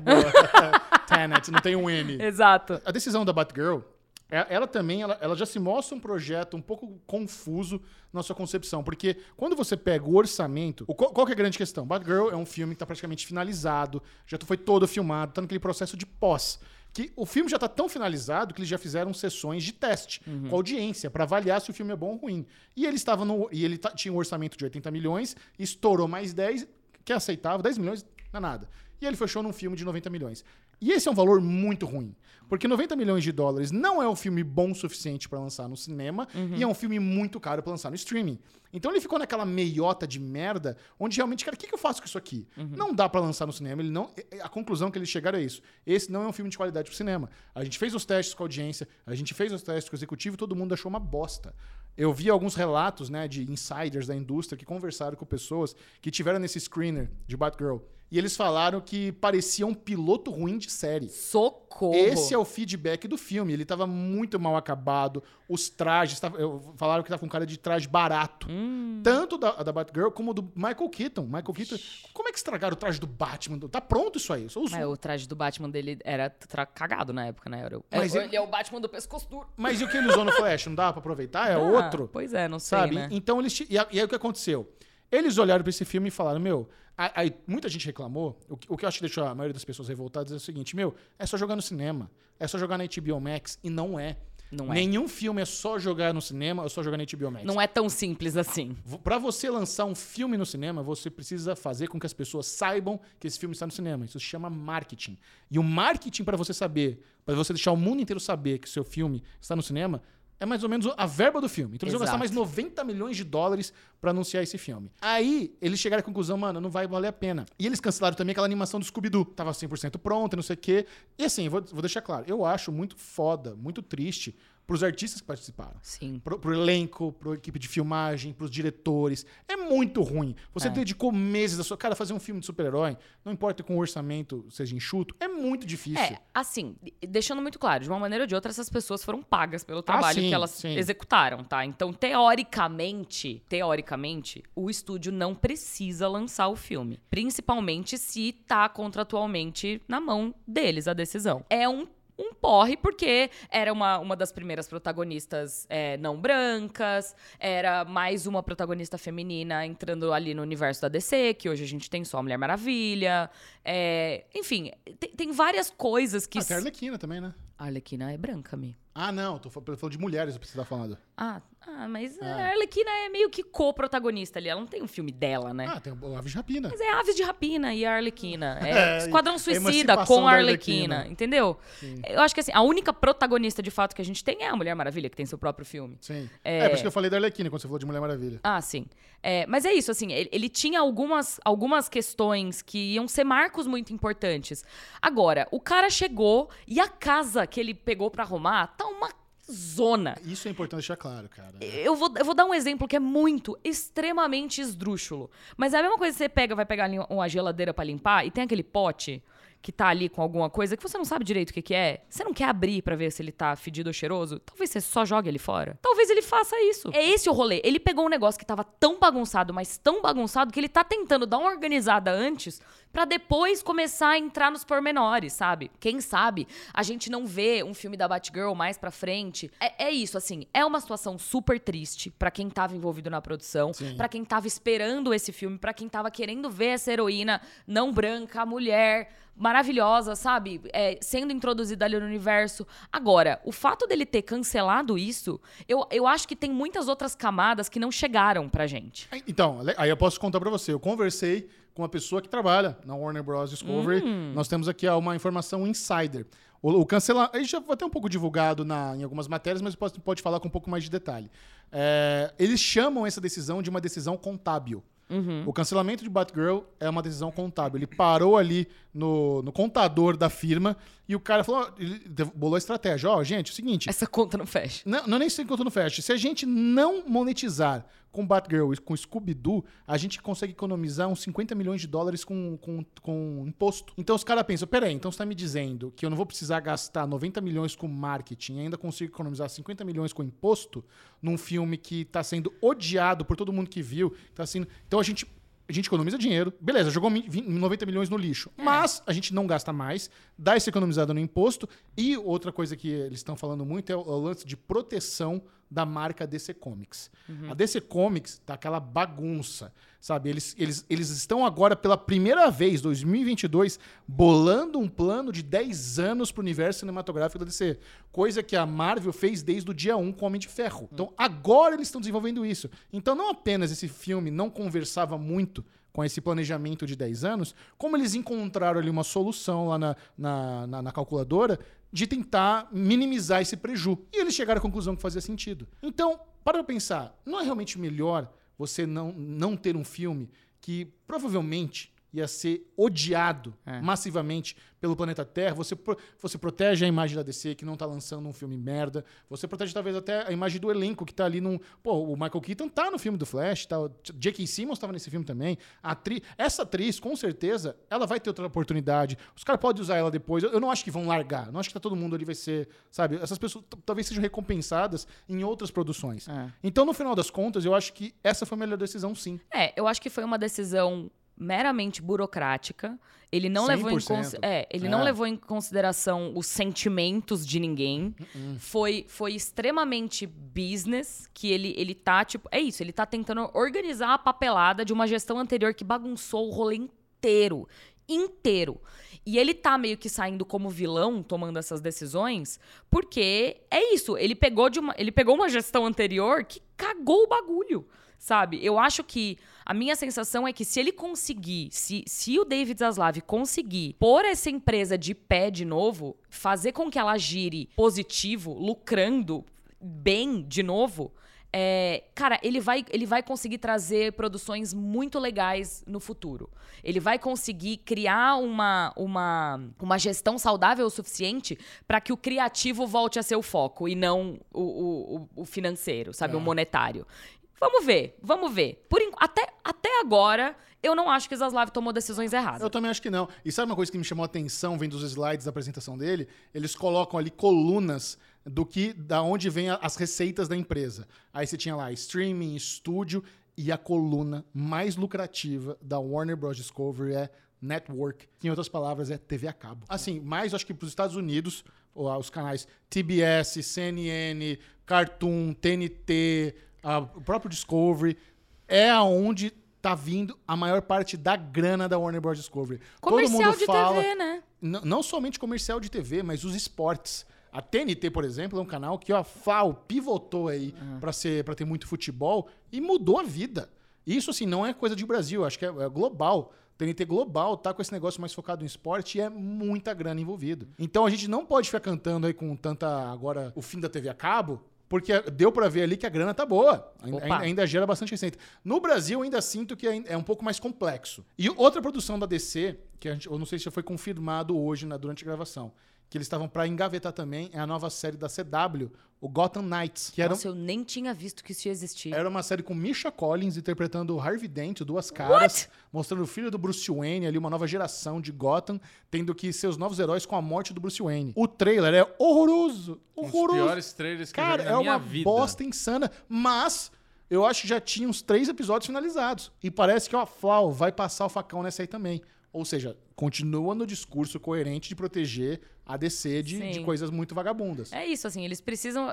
Tenet, não tem um N. Exato. A decisão da Batgirl, ela também, ela já se mostra um projeto um pouco confuso na sua concepção, porque quando você pega o orçamento, qual que é a grande questão? Batgirl é um filme que está praticamente finalizado, já foi todo filmado, está naquele processo de pós. Que o filme já está tão finalizado que eles já fizeram sessões de teste com a audiência para avaliar se o filme é bom ou ruim. E ele tinha um orçamento de 80 milhões, estourou mais 10, que é aceitável, 10 milhões não é nada. E ele fechou num filme de 90 milhões. E esse é um valor muito ruim. Porque 90 milhões de dólares não é um filme bom o suficiente para lançar no cinema e é um filme muito caro para lançar no streaming. Então ele ficou naquela meiota de merda onde realmente, cara, o que eu faço com isso aqui? Não dá para lançar no cinema. A conclusão que eles chegaram é isso. Esse não é um filme de qualidade pro cinema. A gente fez os testes com a audiência, a gente fez os testes com o executivo e todo mundo achou uma bosta. Eu vi alguns relatos, né, de insiders da indústria que conversaram com pessoas que tiveram nesse screener de Batgirl. e eles falaram que parecia um piloto ruim de série. Socorro! Esse é o feedback do filme. Ele tava muito mal acabado. Os trajes... falaram que tava com cara de traje barato. Tanto da Batgirl como do Michael Keaton. Michael Keaton... Como é que estragaram o traje do Batman? Tá pronto isso aí. O traje do Batman dele era cagado na época, né? Ele é o Batman do pescoço duro. Mas e o que ele usou no Flash? Não dá pra aproveitar? É outro? Pois é, não sei, sabe? né? Então, e aí o que aconteceu? Eles olharam pra esse filme e falaram, aí muita gente reclamou, o que eu acho que deixou a maioria das pessoas revoltadas é o seguinte, é só jogar no cinema, é só jogar na HBO Max, e não é. Nenhum filme é só jogar no cinema ou só jogar na HBO Max. Não é tão simples assim. Pra você lançar um filme no cinema, você precisa fazer com que as pessoas saibam que esse filme está no cinema. Isso se chama marketing. E o marketing, pra você saber, pra você deixar o mundo inteiro saber que o seu filme está no cinema, é mais ou menos a verba do filme. Então eles vão gastar mais $90 milhões pra anunciar esse filme. Aí, eles chegaram à conclusão, mano, não vai valer a pena. E eles cancelaram também aquela animação do Scooby-Doo. Tava 100% pronta, não sei o quê. E assim, vou deixar claro, eu acho muito foda, muito triste pros artistas que participaram. Sim. Pro elenco, pro equipe de filmagem, pros diretores. É muito ruim. Você dedicou meses da sua... Cara, fazer um filme de super-herói, não importa com o orçamento seja enxuto, é muito difícil. Assim, deixando muito claro, de uma maneira ou de outra, essas pessoas foram pagas pelo trabalho que elas executaram, tá? Então, teoricamente, o estúdio não precisa lançar o filme. Principalmente se tá contratualmente na mão deles a decisão. É um porre, porque era uma das primeiras protagonistas não brancas, era mais uma protagonista feminina entrando ali no universo da DC, que hoje a gente tem só a Mulher Maravilha. Enfim, tem várias coisas que... Tem a Arlequina também, né? A Arlequina é branca, Mi. Ah, não. Tô falando de mulheres, você tá falando. Mas a Arlequina é meio que co-protagonista ali. Ela não tem um filme dela, né? Tem o Aves de Rapina. Mas é Aves de Rapina e a Arlequina. Esquadrão Suicida com a Arlequina, entendeu? Sim. Eu acho que assim, a única protagonista de fato que a gente tem é a Mulher Maravilha, que tem seu próprio filme. Sim. Por isso que eu falei da Arlequina quando você falou de Mulher Maravilha. Sim. Mas é isso, assim, ele tinha algumas questões que iam ser marcos muito importantes. Agora, o cara chegou e a casa que ele pegou pra arrumar tá uma zona. Isso é importante deixar claro, cara. Eu vou dar um exemplo que é extremamente esdrúxulo. Mas é a mesma coisa que você vai pegar ali uma geladeira pra limpar e tem aquele pote que tá ali com alguma coisa que você não sabe direito o que é. Você não quer abrir pra ver se ele tá fedido ou cheiroso? Talvez você só jogue ele fora. Talvez ele faça isso. É esse o rolê. Ele pegou um negócio que tava tão bagunçado, mas tão bagunçado, que ele tá tentando dar uma organizada antes pra depois começar a entrar nos pormenores, sabe? Quem sabe a gente não vê um filme da Batgirl mais pra frente. É isso, assim. É uma situação super triste pra quem tava envolvido na produção, pra quem tava esperando esse filme, pra quem tava querendo ver essa heroína não branca, mulher... maravilhosa, sabe? Sendo introduzida ali no universo. Agora, o fato dele ter cancelado isso, eu acho que tem muitas outras camadas que não chegaram pra gente. Então, aí eu posso contar pra você. Eu conversei com uma pessoa que trabalha na Warner Bros. Discovery. Nós temos aqui uma informação insider. O cancelamento... A gente já vai ter um pouco divulgado em algumas matérias, mas pode falar com um pouco mais de detalhe. Eles chamam essa decisão de uma decisão contábil. O cancelamento de Batgirl é uma decisão contábil. Ele parou ali no contador da firma e o cara falou, ele bolou a estratégia. Gente, é o seguinte... Essa conta não fecha. Não nem se conta não fecha. Se a gente não monetizar com Batgirl e com Scooby-Doo, a gente consegue economizar uns $50 milhões com imposto. Então os caras pensam, peraí, então você tá me dizendo que eu não vou precisar gastar 90 milhões com marketing e ainda consigo economizar 50 milhões com imposto num filme que tá sendo odiado por todo mundo que viu. Então a gente economiza dinheiro. Beleza, jogou 90 milhões no lixo. Mas a gente não gasta mais, dá essa economizada no imposto. E outra coisa que eles estão falando muito é o lance de proteção da marca DC Comics. A DC Comics tá aquela bagunça, sabe? Eles estão agora, pela primeira vez, 2022, bolando um plano de 10 anos pro universo cinematográfico da DC. Coisa que a Marvel fez desde o dia 1 com Homem de Ferro. Então, agora eles estão desenvolvendo isso. Então, não apenas esse filme não conversava muito com esse planejamento de 10 anos, como eles encontraram ali uma solução lá na calculadora de tentar minimizar esse preju. E eles chegaram à conclusão que fazia sentido. Então, para pensar, não é realmente melhor você não ter um filme que provavelmente, ia ser odiado massivamente pelo planeta Terra. Você protege a imagem da DC, que não tá lançando um filme merda. Você protege talvez até a imagem do elenco, que tá ali num... Pô, o Michael Keaton tá no filme do Flash, tá? O J.K. Simmons tava nesse filme também. Essa atriz, com certeza, ela vai ter outra oportunidade. Os caras podem usar ela depois. Eu não acho que vão largar. Não acho que todo mundo ali vai ser... Sabe? Essas pessoas talvez sejam recompensadas em outras produções. Então, no final das contas, eu acho que essa foi a melhor decisão, sim. Eu acho que foi uma decisão meramente burocrática. Ele não levou em consideração os sentimentos de ninguém. Foi extremamente business, que ele tá, tipo... É isso, ele tá tentando organizar a papelada de uma gestão anterior que bagunçou o rolê inteiro. E ele tá meio que saindo como vilão, tomando essas decisões, porque é isso, ele pegou uma gestão anterior que cagou o bagulho. Sabe? Eu acho que a minha sensação é que se ele conseguir, se o David Zaslav conseguir pôr essa empresa de pé de novo, fazer com que ela gire positivo, lucrando bem de novo, cara, ele vai conseguir trazer produções muito legais no futuro. Ele vai conseguir criar uma gestão saudável o suficiente para que o criativo volte a ser o foco e não o financeiro, sabe? O monetário. Vamos ver. Até agora, eu não acho que o Zaslav tomou decisões erradas. Eu também acho que não. E sabe uma coisa que me chamou a atenção, vendo os slides da apresentação dele? Eles colocam ali colunas da onde vem as receitas da empresa. Aí você tinha lá streaming, estúdio, e a coluna mais lucrativa da Warner Bros. Discovery é Network. Em outras palavras, é TV a cabo. Assim, mais acho que para os Estados Unidos, os canais TBS, CNN, Cartoon, TNT... o próprio Discovery é aonde tá vindo a maior parte da grana da Warner Bros. Discovery. Comercial Todo mundo de fala, TV, né? Não somente comercial de TV, mas os esportes. A TNT, por exemplo, é um canal que pivotou aí pra ter muito futebol e mudou a vida. Isso, assim, não é coisa de Brasil, acho que é global. TNT global tá com esse negócio mais focado em esporte e é muita grana envolvida. Então a gente não pode ficar cantando aí com agora o fim da TV a cabo, porque deu pra ver ali que a grana tá boa. Ainda gera bastante receita. No Brasil, eu ainda sinto que é um pouco mais complexo. E outra produção da DC, que eu não sei se já foi confirmado hoje durante a gravação, que eles estavam pra engavetar também, é a nova série da CW, o Gotham Knights. Nossa, eu nem tinha visto que isso ia existir. Era uma série com Misha Collins interpretando o Harvey Dent, Duas Caras, mostrando o filho do Bruce Wayne, ali uma nova geração de Gotham, tendo que ser os novos heróis com a morte do Bruce Wayne. O trailer é horroroso. Um dos piores trailers que eu já vi na minha vida. É uma bosta insana, mas eu acho que já tinha uns 3 episódios finalizados. E parece que o vai passar o facão nessa aí também. Ou seja, continua no discurso coerente de proteger a DC de coisas muito vagabundas. É isso, assim, eles precisam...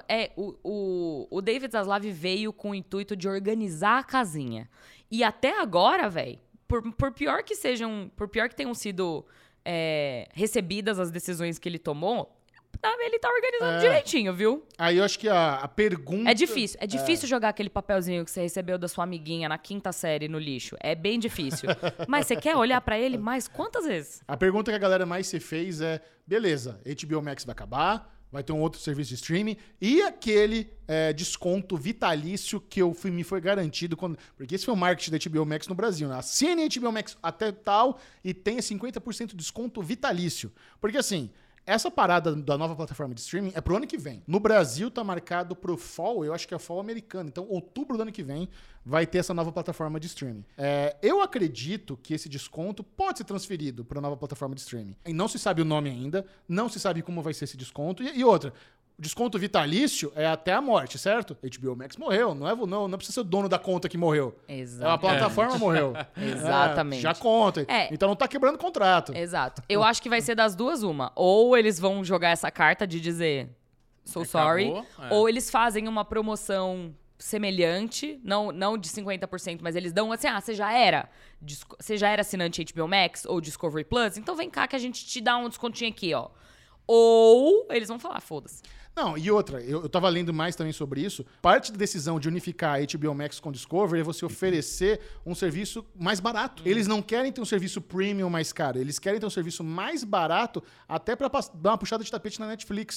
O David Zaslav veio com o intuito de organizar a casinha. E até agora, velho, por pior que tenham sido recebidas as decisões que ele tomou, ele tá organizando direitinho, viu? Aí eu acho que a pergunta... É difícil jogar aquele papelzinho que você recebeu da sua amiguinha na 5ª série no lixo. É bem difícil. Mas você quer olhar pra ele mais quantas vezes? A pergunta que a galera mais se fez é, beleza, HBO Max vai acabar, vai ter um outro serviço de streaming, e aquele desconto vitalício que me foi garantido, porque esse foi o marketing da HBO Max no Brasil, né? Assine a HBO Max até tal e tenha 50% de desconto vitalício. Porque assim... Essa parada da nova plataforma de streaming é pro ano que vem. No Brasil tá marcado pro fall, eu acho que é fall americano. Então, outubro do ano que vem vai ter essa nova plataforma de streaming. Eu acredito que esse desconto pode ser transferido para a nova plataforma de streaming. E não se sabe o nome ainda, não se sabe como vai ser esse desconto. E outra, o desconto vitalício é até a morte, certo? HBO Max morreu, não precisa ser o dono da conta que morreu. Exato. A plataforma morreu. Exatamente. Já conta. Então não tá quebrando contrato. Exato. Eu acho que vai ser das duas uma. Ou eles vão jogar essa carta de dizer so sorry, ou eles fazem uma promoção semelhante, não de 50%, mas eles dão assim, você já era assinante HBO Max ou Discovery Plus, então vem cá que a gente te dá um descontinho aqui, ó. Ou eles vão falar, foda-se. Não, e outra, eu tava lendo mais também sobre isso. Parte da decisão de unificar a HBO Max com Discovery é você oferecer um serviço mais barato. Eles não querem ter um serviço premium mais caro, eles querem ter um serviço mais barato até pra dar uma puxada de tapete na Netflix.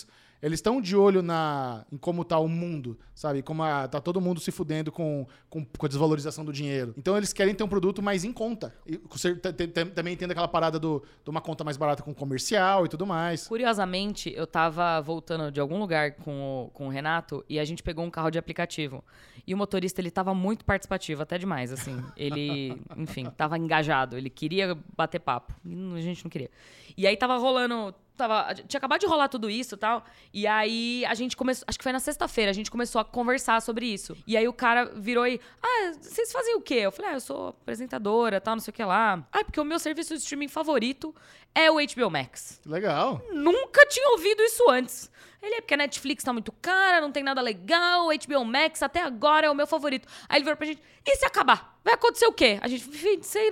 Eles estão de olho em como tá o mundo, sabe? Como tá todo mundo se fudendo com a desvalorização do dinheiro. Então eles querem ter um produto mais em conta. E você também entende aquela parada de uma conta mais barata com comercial e tudo mais. Curiosamente, eu tava voltando de algum lugar com o Renato e a gente pegou um carro de aplicativo. E o motorista, ele tava muito participativo, até demais, assim. Ele, enfim, tava engajado. Ele queria bater papo. E a gente não queria. E aí tava rolando... Tinha acabado de rolar tudo isso e tal. E aí a gente começou... Acho que foi na sexta-feira. A gente começou a conversar sobre isso. E aí o cara virou e... vocês fazem o quê? Eu falei, eu sou apresentadora, tal, não sei o que lá. Porque o meu serviço de streaming favorito é o HBO Max. Legal. Nunca tinha ouvido isso antes. Ele porque a Netflix tá muito cara, não tem nada legal, o HBO Max até agora é o meu favorito. Aí ele virou pra gente, e se acabar? Vai acontecer o quê? A gente, sei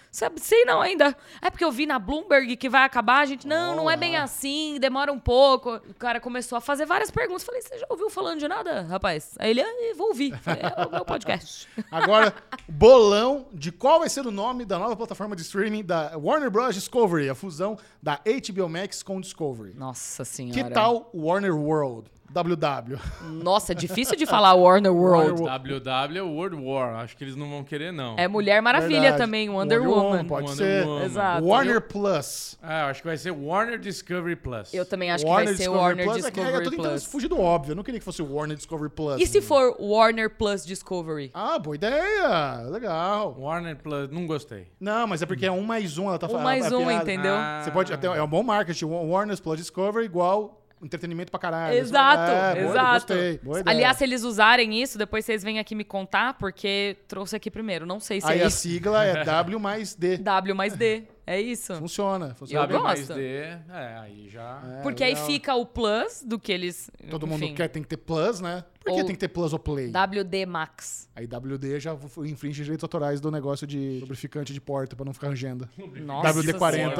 não ainda. É porque eu vi na Bloomberg que vai acabar, a gente, não é bem assim, demora um pouco. O cara começou a fazer várias perguntas. Falei, você já ouviu falando de nada, rapaz? Aí ele, vou ouvir. Falei, é o meu podcast. Agora, bolão de qual vai ser o nome da nova plataforma de streaming da Warner Bros. Discovery, a fusão da HBO Max com Discovery. Nossa senhora. Que tal Warner World? WW. Nossa, é difícil de falar Warner World. WW é World War. Acho que eles não vão querer, não. É Mulher Maravilha. Verdade. Também, Wonder Woman. Pode ser. Exato. Warner Plus. Acho que vai ser Warner Discovery Plus. Eu também acho que vai ser Warner Discovery Plus. Eu tô tentando fugir do óbvio. Eu não queria que fosse Warner Discovery Plus. E se for Warner Plus Discovery? Boa ideia. Legal. Warner Plus, não gostei. Não, mas é porque é 1 mais 1. Ela tá falando. 1 mais 1, entendeu? Você pode até, é um bom marketing. Warner Plus Discovery igual... entretenimento pra caralho. Exato, exato. Gostei. Boa ideia. Aliás, se eles usarem isso, depois vocês vêm aqui me contar, porque trouxe aqui primeiro. Não sei se aí é isso. Aí a sigla é W mais D. W mais D. É isso. Funciona. Eu W mais gosto. D, aí já... Porque legal. Aí fica o plus do que eles... Todo mundo tem que ter plus, né? Por que tem que ter plus ou play? WD Max. Aí WD já infringe direitos autorais do negócio de lubrificante de porta, pra não ficar rangendo. Nossa WD-40.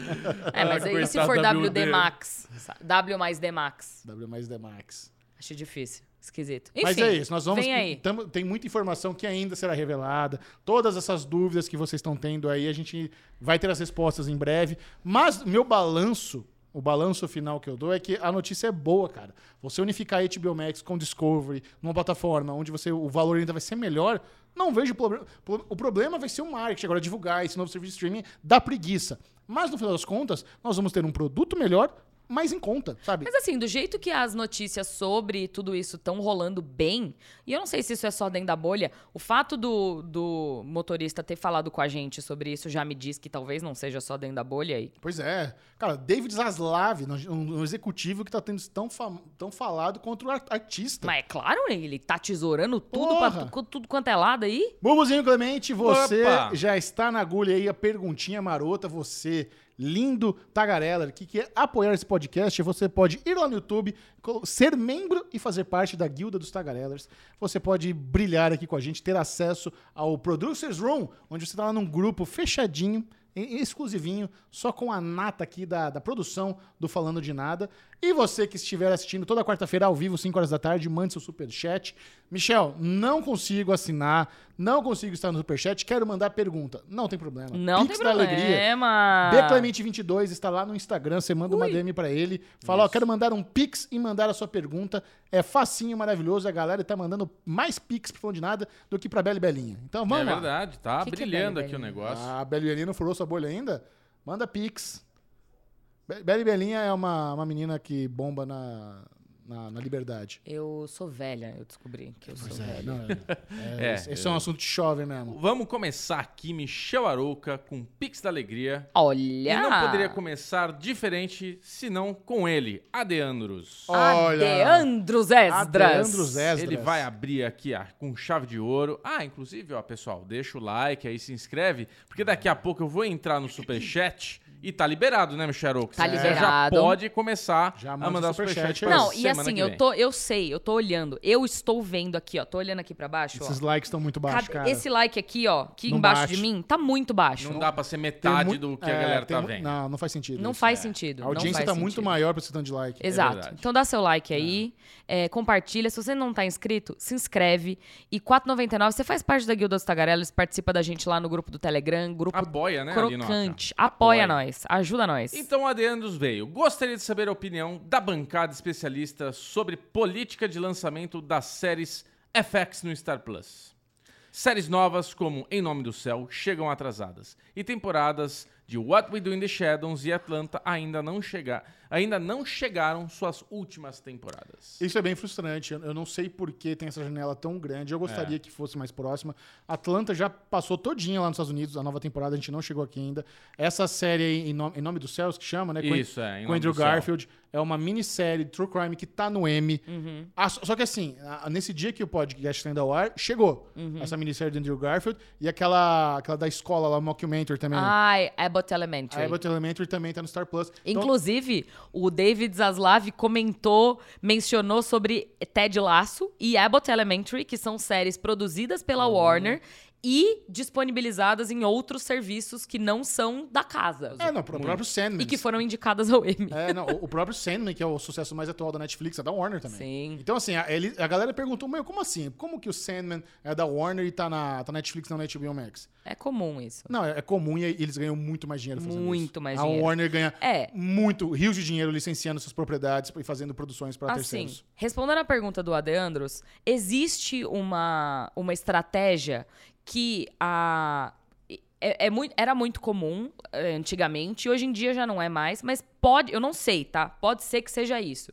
Mas aí se for WD Max? W mais D Max. W mais D Max. Achei difícil. Esquisito. Enfim, mas é isso, nós vamos. Vem aí. Tem muita informação que ainda será revelada. Todas essas dúvidas que vocês estão tendo aí, a gente vai ter as respostas em breve. Mas meu balanço, o balanço final que eu dou é que a notícia é boa, cara. Você unificar a HBO Max com Discovery numa plataforma onde o valor ainda vai ser melhor, não vejo problema. O problema vai ser o marketing, agora divulgar esse novo serviço de streaming dá preguiça. Mas no final das contas, nós vamos ter um produto melhor, mais em conta, sabe? Mas assim, do jeito que as notícias sobre tudo isso estão rolando bem, e eu não sei se isso é só dentro da bolha, o fato do motorista ter falado com a gente sobre isso já me diz que talvez não seja só dentro da bolha aí. Pois é. Cara, David Zaslav, um executivo que tá tendo tão falado contra o artista. Mas é claro, ele tá tesourando tudo pra tudo quanto é lado aí. Bubuzinho Clemente, você já está na agulha aí, a perguntinha marota, você... lindo tagarela, que quer apoiar esse podcast, você pode ir lá no YouTube, ser membro e fazer parte da guilda dos tagarelas. Você pode brilhar aqui com a gente, ter acesso ao Producers Room, onde você está lá num grupo fechadinho, exclusivinho, só com a nata aqui da produção do Falando de Nada. E você que estiver assistindo toda quarta-feira ao vivo, 5 horas da tarde, mande seu superchat. Michel, não consigo assinar, não consigo estar no superchat, quero mandar pergunta. Não tem problema. Não Pix tem da problema. Alegria. Bclemente22 está lá no Instagram, você manda uma DM pra ele, fala, quero mandar um Pix e mandar a sua pergunta. É facinho, maravilhoso, a galera tá mandando mais Pix pro Falando de Nada do que pra Bela e Belinha. Então vamos lá. É verdade, tá brilhando aqui o negócio. A Bela e Belinha não furou sua bolha ainda? Manda Pix. Bela e Belinha é uma menina que bomba na Liberdade. Eu sou velha, eu descobri que eu sou velha. Não, esse é um assunto de jovem mesmo. Vamos começar aqui, Michel Arouca, com Pix da Alegria. Olha! E não poderia começar diferente, senão com ele, Adeandros. Adeandros Esdras. Ele vai abrir aqui com chave de ouro. Inclusive, pessoal, deixa o like aí, se inscreve, porque daqui a pouco eu vou entrar no Superchat. E tá liberado, né, Michel Arouca? Tá liberado. Já pode começar a mandar superchat. Não, e assim, eu tô olhando. Eu estou vendo aqui, ó. Tô olhando aqui pra baixo, Esses likes estão muito baixos, cara. Esse like aqui, ó, aqui embaixo de mim, tá muito baixo. Não dá pra ser metade do que a galera tá vendo. Não faz sentido. Não faz sentido. A audiência tá muito maior pra esse tanto de like. Exato. Então dá seu like aí, compartilha. Se você não tá inscrito, se inscreve. E R$4,99, você faz parte da Guilda dos Tagarelas, participa da gente lá no grupo do Telegram, grupo Apoia, né? crocante. Apoia nós. nós. Ajuda nós. Então, Adrianos veio. Gostaria de saber a opinião da bancada especialista sobre política de lançamento das séries FX no Star Plus. Séries novas como Em Nome do Céu chegam atrasadas. E temporadas de What We Do in the Shadows e Atlanta ainda não chegaram suas últimas temporadas. Isso é bem frustrante. Eu não sei por que tem essa janela tão grande. Eu gostaria que fosse mais próxima. Atlanta já passou todinha lá nos Estados Unidos. A nova temporada a gente não chegou aqui ainda. Essa série aí, Em Nome dos Céus, que chama, né? Isso, com Andrew Garfield. É uma minissérie de True Crime que tá no M. Só que assim, nesse dia que o podcast está indo ao ar, chegou essa minissérie de Andrew Garfield e aquela da escola lá, o Mockumentary também. Ai, Abbott Elementary. A Abbott Elementary também tá no Star Plus. Inclusive, o David Zaslav mencionou sobre Ted Lasso e Abbott Elementary, que são séries produzidas pela Warner e disponibilizadas em outros serviços que não são da casa. O próprio Sandman. E que foram indicadas ao Emmy. O próprio Sandman, que é o sucesso mais atual da Netflix, é da Warner também. Sim. Então, assim, a galera perguntou, como assim? Como que o Sandman é da Warner e tá na Netflix, não na HBO Max? É comum isso. Não, é comum e eles ganham muito mais dinheiro fazendo isso. Muito mais dinheiro. A Warner ganha rios de dinheiro licenciando suas propriedades e fazendo produções para terceiros. Respondendo a pergunta do Adandros, existe uma estratégia que era muito comum antigamente, e hoje em dia já não é mais, mas eu não sei, tá? Pode ser que seja isso.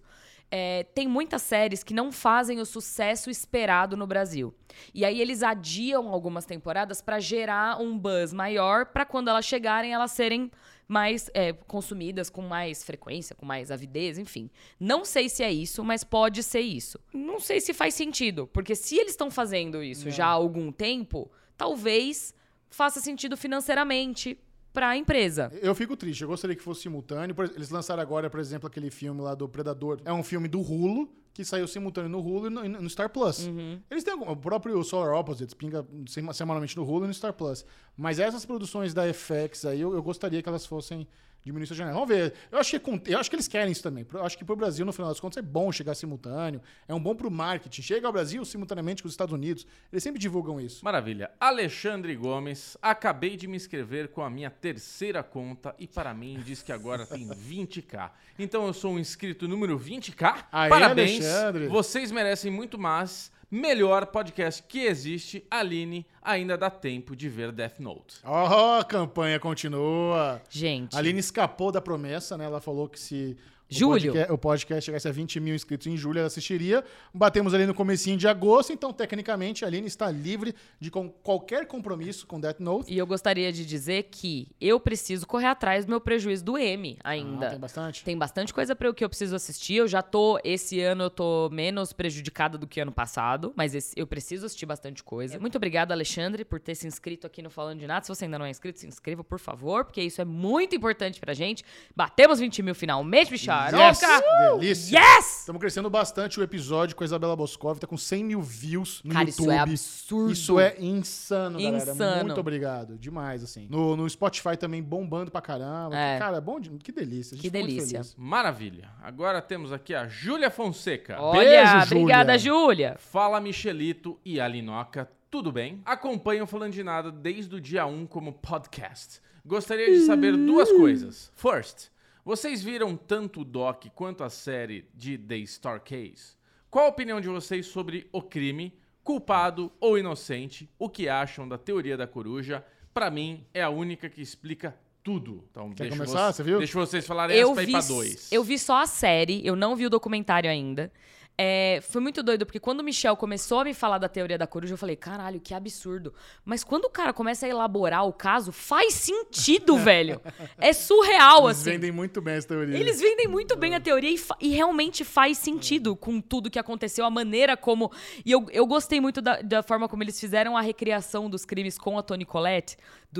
Tem muitas séries que não fazem o sucesso esperado no Brasil. E aí eles adiam algumas temporadas para gerar um buzz maior, para quando elas chegarem, elas serem mais consumidas com mais frequência, com mais avidez, enfim. Não sei se é isso, mas pode ser isso. Não sei se faz sentido, porque se eles estão fazendo isso já há algum tempo, talvez faça sentido financeiramente para a empresa. Eu fico triste, eu gostaria que fosse simultâneo. Eles lançaram agora, por exemplo, aquele filme lá do Predador. É um filme do Hulu, que saiu simultâneo no Hulu e no Star Plus. Eles têm o próprio Solar Opposites, pinga semanalmente no Hulu e no Star Plus. Mas essas produções da FX aí, eu gostaria que elas fossem diminuir essa janela. Vamos ver. Eu acho que eles querem isso também. Eu acho que pro Brasil, no final das contas, é bom chegar simultâneo. É um bom pro marketing. Chega ao Brasil simultaneamente com os Estados Unidos. Eles sempre divulgam isso. Maravilha. Alexandre Gomes, acabei de me inscrever com a minha terceira conta e para mim diz que agora tem 20k. Então eu sou um inscrito número 20k. Aí, parabéns. Alexandre. Vocês merecem muito mais. Melhor podcast que existe. Aline, ainda dá tempo de ver Death Note. A campanha continua. Gente. A Aline escapou da promessa, né? Ela falou que se o podcast chegasse a 20 mil inscritos em julho, ela assistiria. Batemos ali no comecinho de agosto, então, tecnicamente, a Aline está livre de qualquer compromisso com Death Note. E eu gostaria de dizer que eu preciso correr atrás do meu prejuízo do Emmy ainda. Tem bastante? Tem bastante coisa que eu preciso assistir. Esse ano eu tô menos prejudicada do que ano passado, mas eu preciso assistir bastante coisa. Muito obrigada, Alexandre, por ter se inscrito aqui no Falando de Nada. Se você ainda não é inscrito, se inscreva, por favor, porque isso é muito importante pra gente. Batemos 20 mil finalmente, bicho. Yes! Delícia! Yes! Estamos crescendo bastante. O episódio com a Isabela Boscov tá com 100 mil views no YouTube. Isso é absurdo. Isso é insano, galera. Insano. Muito obrigado. Demais, assim. No Spotify também bombando pra caramba. Cara, bom. Que delícia. A gente que delícia. Maravilha. Agora temos aqui a Júlia Fonseca. Olha, beijo, obrigada, Júlia. Fala, Michelito e Alinoca. Tudo bem? Acompanho o Falando de Nada desde o dia 1 como podcast. Gostaria de saber duas coisas. First, vocês viram tanto o doc quanto a série de The Star Case? Qual a opinião de vocês sobre o crime, culpado ou inocente? O que acham da teoria da coruja? Pra mim, é a única que explica tudo. Então, quer começar? Você viu? Deixa vocês falarem essa pra ir pra 2. Eu vi só a série, eu não vi o documentário ainda. Foi muito doido, porque quando o Michel começou a me falar da teoria da coruja, eu falei, caralho, que absurdo. Mas quando o cara começa a elaborar o caso, faz sentido, velho. É surreal, assim. Eles vendem muito bem essa teoria. Eles vendem muito bem a teoria e realmente faz sentido com tudo que aconteceu, a maneira como... E eu gostei muito da forma como eles fizeram a recriação dos crimes com a Toni Collette,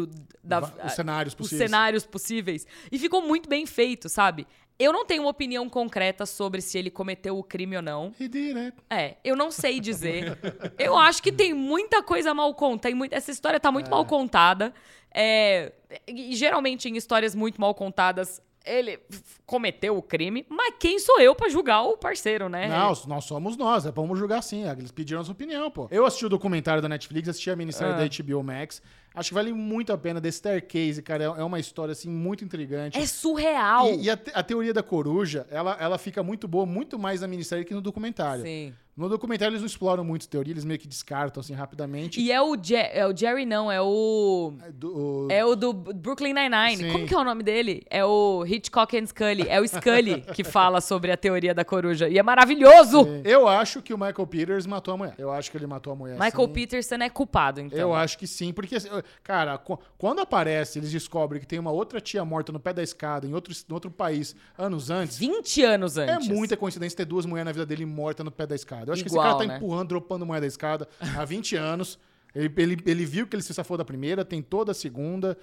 os cenários possíveis. Os cenários possíveis. E ficou muito bem feito, sabe? Eu não tenho uma opinião concreta sobre se ele cometeu o crime ou não. He did it. Eu não sei dizer. Eu acho que tem muita coisa mal contada. Essa história tá muito mal contada. E geralmente, em histórias muito mal contadas, ele cometeu o crime, mas quem sou eu pra julgar o parceiro, né? Não, nós somos nós, vamos julgar sim. Eles pediram a nossa opinião, pô. Eu assisti o documentário da Netflix, assisti a minissérie da HBO Max. Acho que vale muito a pena. The Staircase, cara, é uma história, assim, muito intrigante. É surreal. E a teoria da coruja, ela fica muito boa, muito mais na minissérie que no documentário. Sim. No documentário eles não exploram muito teoria, eles meio que descartam, assim, rapidamente. E é o Jerry, não, é o... É o do Brooklyn Nine-Nine. Sim. Como que é o nome dele? É o Hitchcock and Scully. É o Scully que fala sobre a teoria da coruja. E é maravilhoso! Sim. Eu acho que o Michael Peters matou a mulher. Eu acho que ele matou a mulher, Michael sim. Peterson é culpado, então. Eu acho que sim, porque, cara, quando aparece, eles descobrem que tem uma outra tia morta no pé da escada em outro país, anos antes... 20 anos antes. É muita coincidência ter duas mulheres na vida dele mortas no pé da escada. Eu acho que esse Igual, cara tá né? empurrando, dropando mulher da escada há 20 anos. Ele viu que ele se safou da primeira, tentou da segunda.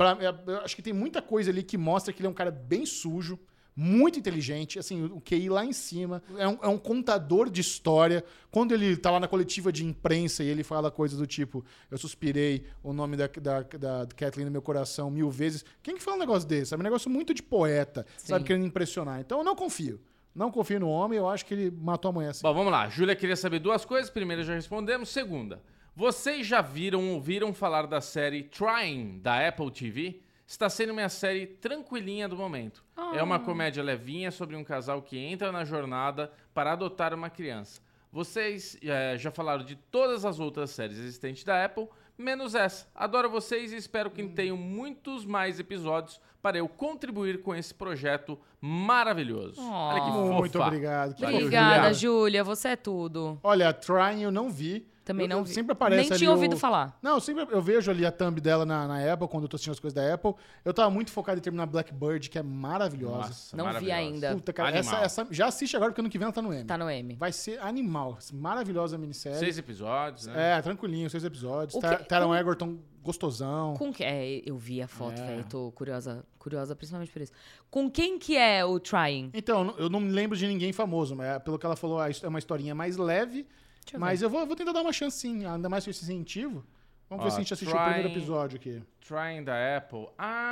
Eu acho que tem muita coisa ali que mostra que ele é um cara bem sujo, muito inteligente, assim, o QI lá em cima. É um contador de história. Quando ele tá lá na coletiva de imprensa e ele fala coisas do tipo, eu suspirei o nome da Kathleen no meu coração 1000 vezes. Quem que fala um negócio desse? Sabe? Um negócio muito de poeta, sabe? Querendo impressionar. Então eu não confio. Não confio no homem, eu acho que ele matou a mulher assim. Bom, vamos lá. Júlia queria saber duas coisas. Primeira, já respondemos. Segunda, vocês já ouviram falar da série Trying, da Apple TV? Está sendo minha série tranquilinha do momento. É uma comédia levinha sobre um casal que entra na jornada para adotar uma criança. Vocês já falaram de todas as outras séries existentes da Apple, menos essa. Adoro vocês e espero que tenham muitos mais episódios para eu contribuir com esse projeto maravilhoso. Olha que fofa. Muito obrigado. Valeu, Obrigada, Júlia. Você é tudo. Olha, Trying eu não vi. Também não vi. Sempre aparece Nem ali tinha ouvido falar. Não, eu vejo ali a thumb dela na Apple, quando eu tô assistindo as coisas da Apple. Eu tava muito focado em terminar Blackbird, que é maravilhosa. Nossa, Não vi maravilhosa. ainda. Puta, cara, Animal. essa já assiste agora, porque ano que vem ela tá no M. Tá no M. Vai ser animal. Maravilhosa a minissérie. 6 episódios, né? Tranquilinho, 6 episódios. O que- Taron Egerton, gostosão. Com que... eu vi a foto, velho. Tô curiosa principalmente por isso. Com quem que é o Trying? Então, eu não me lembro de ninguém famoso, mas pelo que ela falou, é uma historinha mais leve. Deixa eu Mas eu vou tentar dar uma chance sim, ainda mais com esse incentivo. Vamos ver se a gente assistiu o primeiro episódio aqui. Trying da Apple.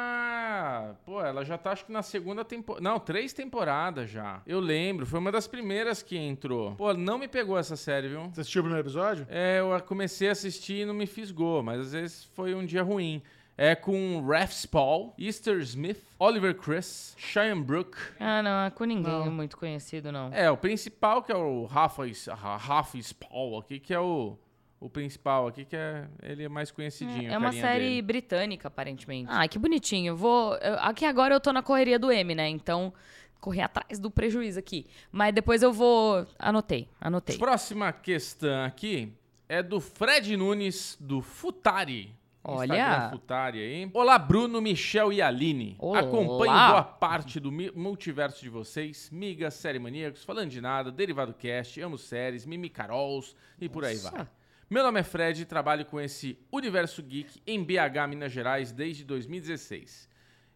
Pô, ela já tá acho que na segunda temporada. Não, 3 temporadas já. Eu lembro, foi uma das primeiras que entrou. Pô, não me pegou essa série, viu? Você assistiu o primeiro episódio? Eu comecei a assistir e não me fisgou, mas às vezes foi um dia ruim. É com Ralph Spall, Easter Smith, Oliver Chris, Cheyenne Brook. Ah, não, é com ninguém muito conhecido, não. O principal que é o Rafa Spall aqui, que é o principal aqui, que ele é mais conhecidinho. É a uma carinha série dele. britânica, aparentemente. Ah, que bonitinho. Aqui agora eu tô na correria do M, né? Então, correr atrás do prejuízo aqui. Mas depois eu vou... Anotei. Próxima questão aqui é do Fred Nunes, do Futari. Olha. Instagram Futari aí. Olá, Bruno, Michel e Aline. Olá. Acompanho boa parte do multiverso de vocês. Migas, Série Maníacos, Falando de Nada, Derivado Cast, Amo Séries, Mimi Carols e por aí vai. Meu nome é Fred e trabalho com esse universo geek em BH, Minas Gerais, desde 2016.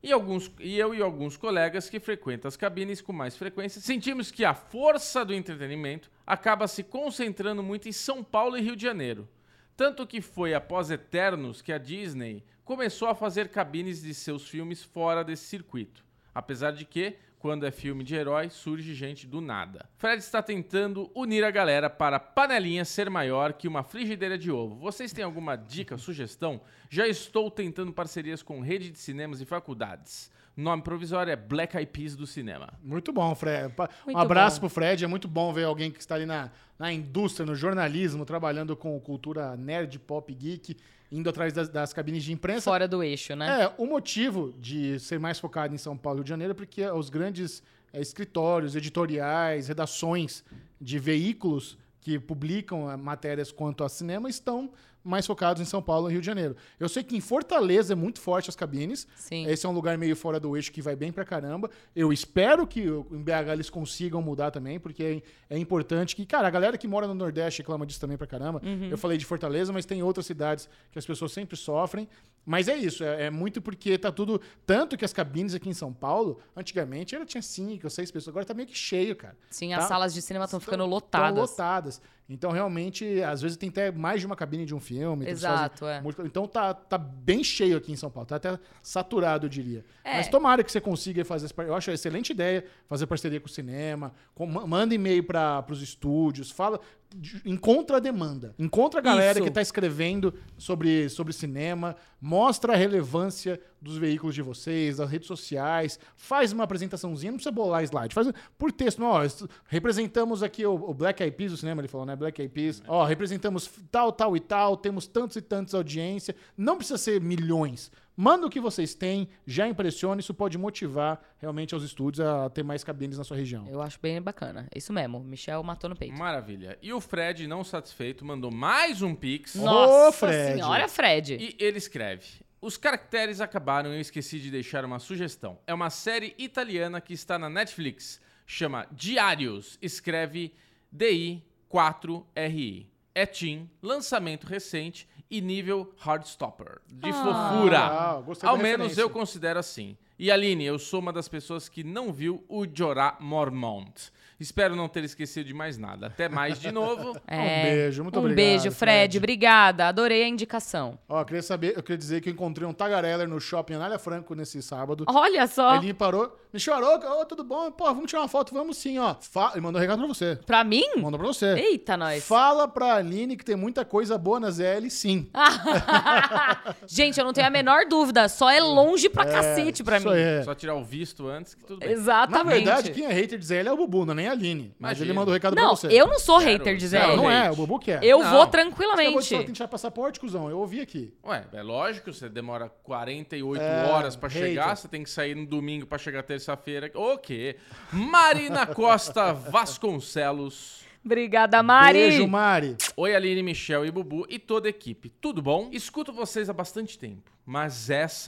Eu e alguns colegas que frequentam as cabines com mais frequência, sentimos que a força do entretenimento acaba se concentrando muito em São Paulo e Rio de Janeiro. Tanto que foi após Eternos que a Disney começou a fazer cabines de seus filmes fora desse circuito. Apesar de que, quando é filme de herói, surge gente do nada. Fred está tentando unir a galera para a panelinha ser maior que uma frigideira de ovo. Vocês têm alguma dica, sugestão? Já estou tentando parcerias com rede de cinemas e faculdades. O nome provisório é Black Eyed Peas do cinema. Muito bom, Fred. Um Muito abraço bom. pro Fred. É muito bom ver alguém que está ali na indústria, no jornalismo, trabalhando com cultura nerd, pop, geek, indo atrás das cabines de imprensa. Fora do eixo, né? O motivo de ser mais focado em São Paulo e Rio de Janeiro é porque os grandes escritórios, editoriais, redações de veículos que publicam matérias quanto a cinema estão mais focados em São Paulo e Rio de Janeiro. Eu sei que em Fortaleza é muito forte as cabines. Sim. Esse é um lugar meio fora do eixo que vai bem pra caramba. Eu espero que em BH eles consigam mudar também, porque é importante que... Cara, a galera que mora no Nordeste reclama disso também pra caramba. Eu falei de Fortaleza, mas tem outras cidades que as pessoas sempre sofrem. Mas é isso, é muito porque tá tudo... Tanto que as cabines aqui em São Paulo, antigamente, tinha 5 ou 6 pessoas. Agora tá meio que cheio, cara. Sim, Tá? as salas de cinema estão ficando Estão lotadas. lotadas. Então, realmente, às vezes tem até mais de uma cabine de um filme. Exato, Então, tá bem cheio aqui em São Paulo. Tá até saturado, eu diria. Mas tomara que você consiga fazer... Eu acho uma excelente ideia fazer parceria com o cinema. Manda e-mail para os estúdios. Encontra a demanda. Encontra a galera que está escrevendo sobre cinema. Mostra a relevância dos veículos de vocês, das redes sociais. Faz uma apresentaçãozinha. Não precisa bolar slide. Faz por texto. Ó, representamos aqui o Black Eyed Peas do cinema, ele falou, né? Black Eyed Peas. Ó, representamos tal, tal e tal. Temos tantos e tantos audiência. Não precisa ser milhões. Manda o que vocês têm, já impressiona, isso pode motivar realmente aos estúdios a ter mais cabines na sua região. Eu acho bem bacana. Isso mesmo, Michel matou no peito. Maravilha. E o Fred, não satisfeito, mandou mais um pix. Nossa Fred. senhora, Fred. E ele escreve: os caracteres acabaram e eu esqueci de deixar uma sugestão. É uma série italiana que está na Netflix. Chama Diários. Escreve DI4RI. É teen, lançamento recente e nível Hardstopper. De fofura. Gostei Ao da menos referência. eu considero assim. E Aline, eu sou uma das pessoas que não viu o Jorah Mormont. Espero não ter esquecido de mais nada. Até mais de novo. Um beijo, muito obrigado. Um beijo, Fred. Obrigada. Adorei a indicação. Ó, eu queria dizer que eu encontrei um tagareller no shopping Anália Franco nesse sábado. Olha só. Ele me parou, me chorou, tudo bom? Pô, vamos tirar uma foto, vamos sim, ó. Ele mandou um recado pra você. Pra mim? Mandou pra você. Eita, nós. Fala pra Aline que tem muita coisa boa na ZL, sim. Gente, eu não tenho a menor dúvida. Só é longe pra cacete pra mim. Isso aí. Só tirar o visto antes que tudo bem. Exatamente. Na verdade, quem é hater de ZL é o Bubu, não é nem a Aline. Mas Imagina. ele mandou um recado pra Não, você. eu não sou Zero, hater de zero. ZL. Não é, hate. o Bubu que é. Eu Não. vou Você acabou de tranquilamente. falar que tem que tirar passaporte, cuzão. Eu ouvi aqui. Ué, é lógico, você demora 48 É, horas pra hater. chegar, você tem que sair no domingo pra chegar terça-feira. O quê? Marina Costa Vasconcelos. Obrigada, Mari. Beijo, Mari. Oi, Aline, Michel e Bubu e toda a equipe. Tudo bom? Escuto vocês há bastante tempo, mas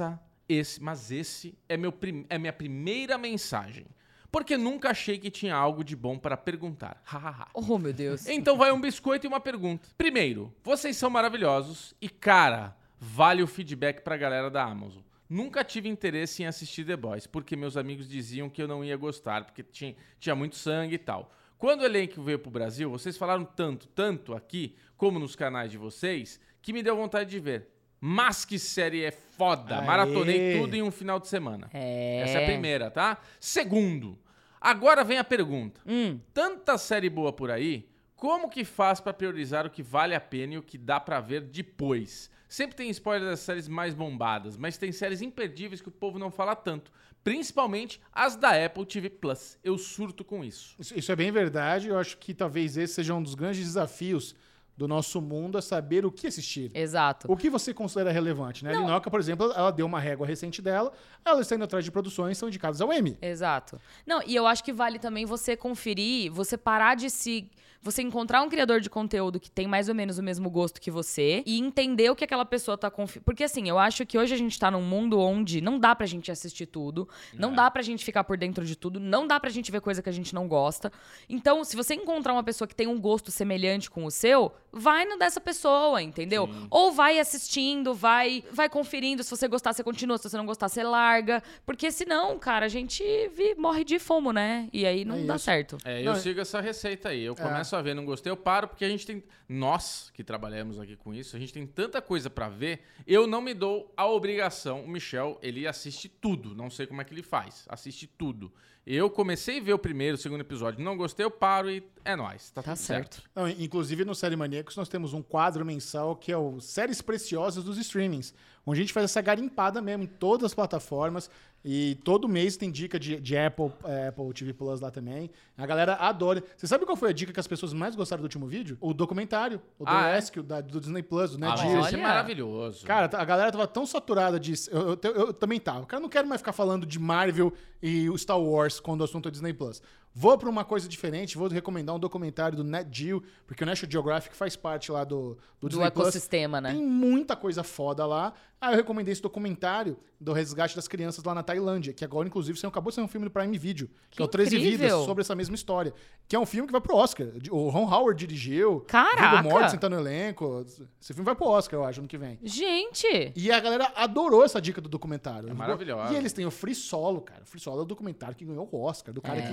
esse é minha primeira mensagem. Porque nunca achei que tinha algo de bom para perguntar. Hahaha. Oh, meu Deus. Então vai um biscoito e uma pergunta. Primeiro, vocês são maravilhosos e, cara, vale o feedback pra galera da Amazon. Nunca tive interesse em assistir The Boys, porque meus amigos diziam que eu não ia gostar, porque tinha muito sangue e tal. Quando o elenco veio pro Brasil, vocês falaram tanto aqui, como nos canais de vocês, que me deu vontade de ver. Mas que série é foda. Aê. Maratonei tudo em um final de semana. É. Essa é a primeira, tá? Segundo, agora vem a pergunta. Tanta série boa por aí, como que faz pra priorizar o que vale a pena e o que dá pra ver depois? Sempre tem spoiler das séries mais bombadas, mas tem séries imperdíveis que o povo não fala tanto. Principalmente as da Apple TV Plus. Eu surto com isso. Isso é bem verdade. Eu acho que talvez esse seja um dos grandes desafios do nosso mundo, é saber o que assistir. Exato. O que você considera relevante, né? A Linoca, por exemplo, ela deu uma régua recente dela, ela está indo atrás de produções que são indicadas ao Emmy. Exato. Não, e eu acho que vale também você conferir, você parar de se... Você encontrar um criador de conteúdo que tem mais ou menos o mesmo gosto que você e entender o que aquela pessoa tá confiando. Porque assim, eu acho que hoje a gente tá num mundo onde não dá pra gente assistir tudo, não dá pra gente ficar por dentro de tudo, não dá pra gente ver coisa que a gente não gosta. Então, se você encontrar uma pessoa que tem um gosto semelhante com o seu, vai no dessa pessoa, entendeu? Sim. Ou vai assistindo, vai conferindo. Se você gostar, você continua. Se você não gostar, você larga. Porque senão, cara, a gente morre de fomo, né? E aí não dá isso. certo. Eu sigo essa receita aí. Eu começo a ver, não gostei, eu paro, porque a gente tem... Nós, que trabalhamos aqui com isso, a gente tem tanta coisa pra ver, eu não me dou a obrigação. O Michel, ele assiste tudo. Não sei como é que ele faz. Assiste tudo. Eu comecei a ver o primeiro, o segundo episódio. Não gostei, eu paro e é nóis. Tá tudo certo. Não, inclusive, no Série Maníacos, nós temos um quadro mensal que é o Séries Preciosas dos Streamings, onde a gente faz essa garimpada mesmo em todas as plataformas. E todo mês tem dica de Apple TV Plus lá também. A galera adora. Você sabe qual foi a dica que as pessoas mais gostaram do último vídeo? O documentário. O The Rescue, do Disney Plus, do Ned Geo. Isso é Olha. maravilhoso. Cara, a galera tava tão saturada disso. Eu também tava. Cara, eu não quero mais ficar falando de Marvel e o Star Wars quando o assunto é Disney Plus. Vou pra uma coisa diferente, vou recomendar um documentário do Nat Geo, porque o National Geographic faz parte lá do Disney Plus. Ecossistema, né? Tem muita coisa foda lá. Aí eu recomendei esse documentário do resgate das crianças lá na Tailândia, que agora, inclusive, acabou de ser um filme do Prime Video, que é o 13 incrível. Vidas, sobre essa mesma história. Que é um filme que vai pro Oscar. O Ron Howard dirigiu. Caraca! Viggo Mortensen tá no elenco. Esse filme vai pro Oscar, eu acho, ano que vem. Gente! E a galera adorou essa dica do documentário. É maravilhosa. E eles têm o Free Solo, cara. O Free Solo é o documentário que ganhou o Oscar, do cara que, puta,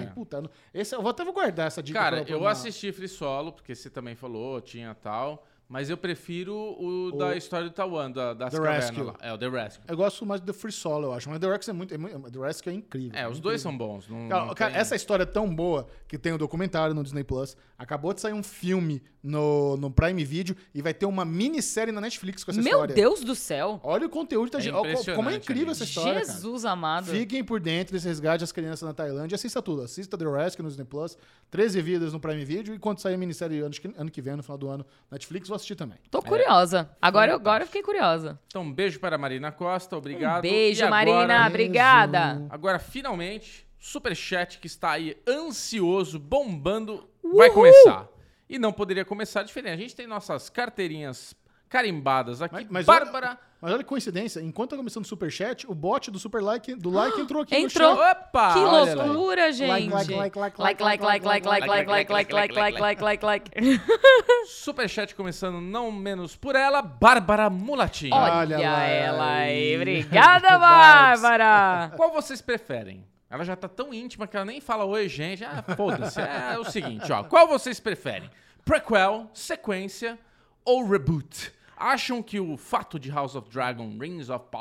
gosto. Eu vou guardar essa dica. Cara, eu assisti Free Solo, porque você também falou, tinha tal. Mas eu prefiro o da história do Taiwan, das cavernas lá. É, o The Rescue. Eu gosto mais do Free Solo, eu acho. Mas The Rescue The Rescue é incrível. É, os dois são bons. Cara, essa história é tão boa que tem um documentário no Disney Plus. Acabou de sair um filme no Prime Video e vai ter uma minissérie na Netflix com essa história. Meu Deus do céu! Olha o conteúdo. Como é incrível essa história, Jesus amado. Fiquem por dentro desse resgate das crianças na Tailândia. Assista tudo. Assista The Rescue no Disney Plus. 13 vidas no Prime Video. E quando sair a minissérie ano que vem, no final do ano, Netflix, vou assistir também. Tô curiosa. Agora eu fiquei curiosa. Então, um beijo para a Marina Costa. Obrigado. Beijo, agora, Marina. Obrigada. Agora, finalmente, Superchat que está aí ansioso, bombando, vai começar. E não poderia começar diferente. A gente tem nossas carteirinhas carimbadas aqui. Mas Bárbara... Mas olha que coincidência, enquanto tá começando o Superchat, o bot do Super Like, entrou aqui Entrou. no chat. Opa! Que olha lá. loucura, gente. Like. Superchat começando não menos por ela, Bárbara Mulatinho. Olha lá. ela aí. Obrigada, Bárbara. Qual vocês preferem? Ela já tá tão íntima que ela nem fala oi, gente. Ah, foda-se. É o seguinte, ó. Qual vocês preferem? Prequel, sequência ou reboot? Acham que o fato de House of Dragon, Rings of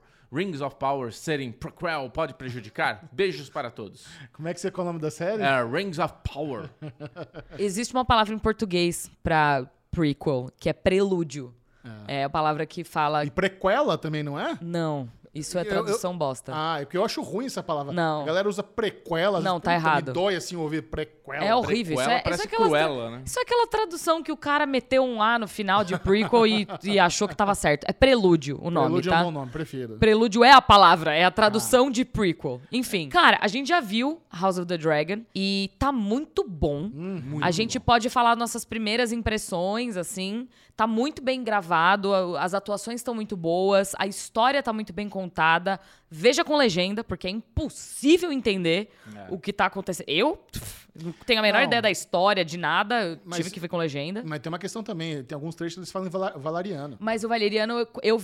Power serem prequel pode prejudicar? Beijos para todos. Como é que você qual o nome da série? Rings of Power. Existe uma palavra em português pra prequel, que é prelúdio. É a palavra que fala... E prequela também, não é? Não, isso é tradução bosta. Ah, é porque eu acho ruim essa palavra. Não. A galera usa prequela. Não, tá errado. Me dói assim ouvir prequela. É horrível. Prequela parece cruela, né? Isso é aquela tradução que o cara meteu um A no final de prequel e achou que tava certo. É prelúdio o nome, Prelúdio tá? é um bom nome, prefiro. Prelúdio é a palavra, é a tradução de prequel. Enfim, cara, a gente já viu House of the Dragon e tá muito bom. A gente pode falar nossas primeiras impressões, assim. Tá muito bem gravado, as atuações estão muito boas, a história tá muito bem contada. Veja com legenda, porque é impossível entender o que tá acontecendo. Eu não tenho a menor ideia da história, de nada, eu tive que ver com legenda. Mas tem uma questão também, tem alguns trechos que eles falam em valariano. Mas o valeriano, eu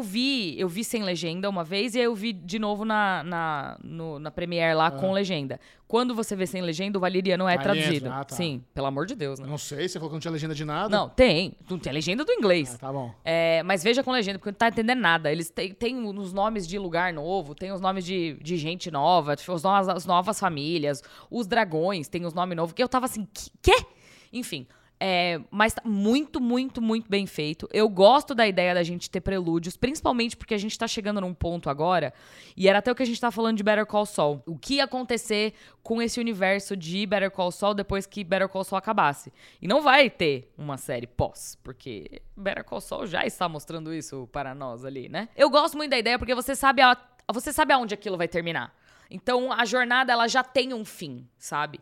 vi sem legenda uma vez e aí eu vi de novo na Premiere lá com legenda. Quando você vê sem legenda, o valeriano é traduzido. Tá. Sim, pelo amor de Deus, né? Não sei, você falou que não tinha legenda de nada. Não, tem. Não tem legenda do inglês. Tá bom. Mas veja com legenda, porque não tá entendendo nada. Eles têm os nomes de lugar novo, tem os nomes de gente nova, as novas famílias, os dragões, tem os nomes novos. Que eu tava assim, quê? Enfim. Mas tá muito, muito, muito bem feito. Eu gosto da ideia da gente ter prelúdios, principalmente porque a gente tá chegando num ponto agora, e era até o que a gente tá falando de Better Call Saul. O que ia acontecer com esse universo de Better Call Saul depois que Better Call Saul acabasse. E não vai ter uma série pós, porque Better Call Saul já está mostrando isso para nós ali, né? Eu gosto muito da ideia porque você sabe aonde aquilo vai terminar. Então, a jornada, ela já tem um fim, sabe?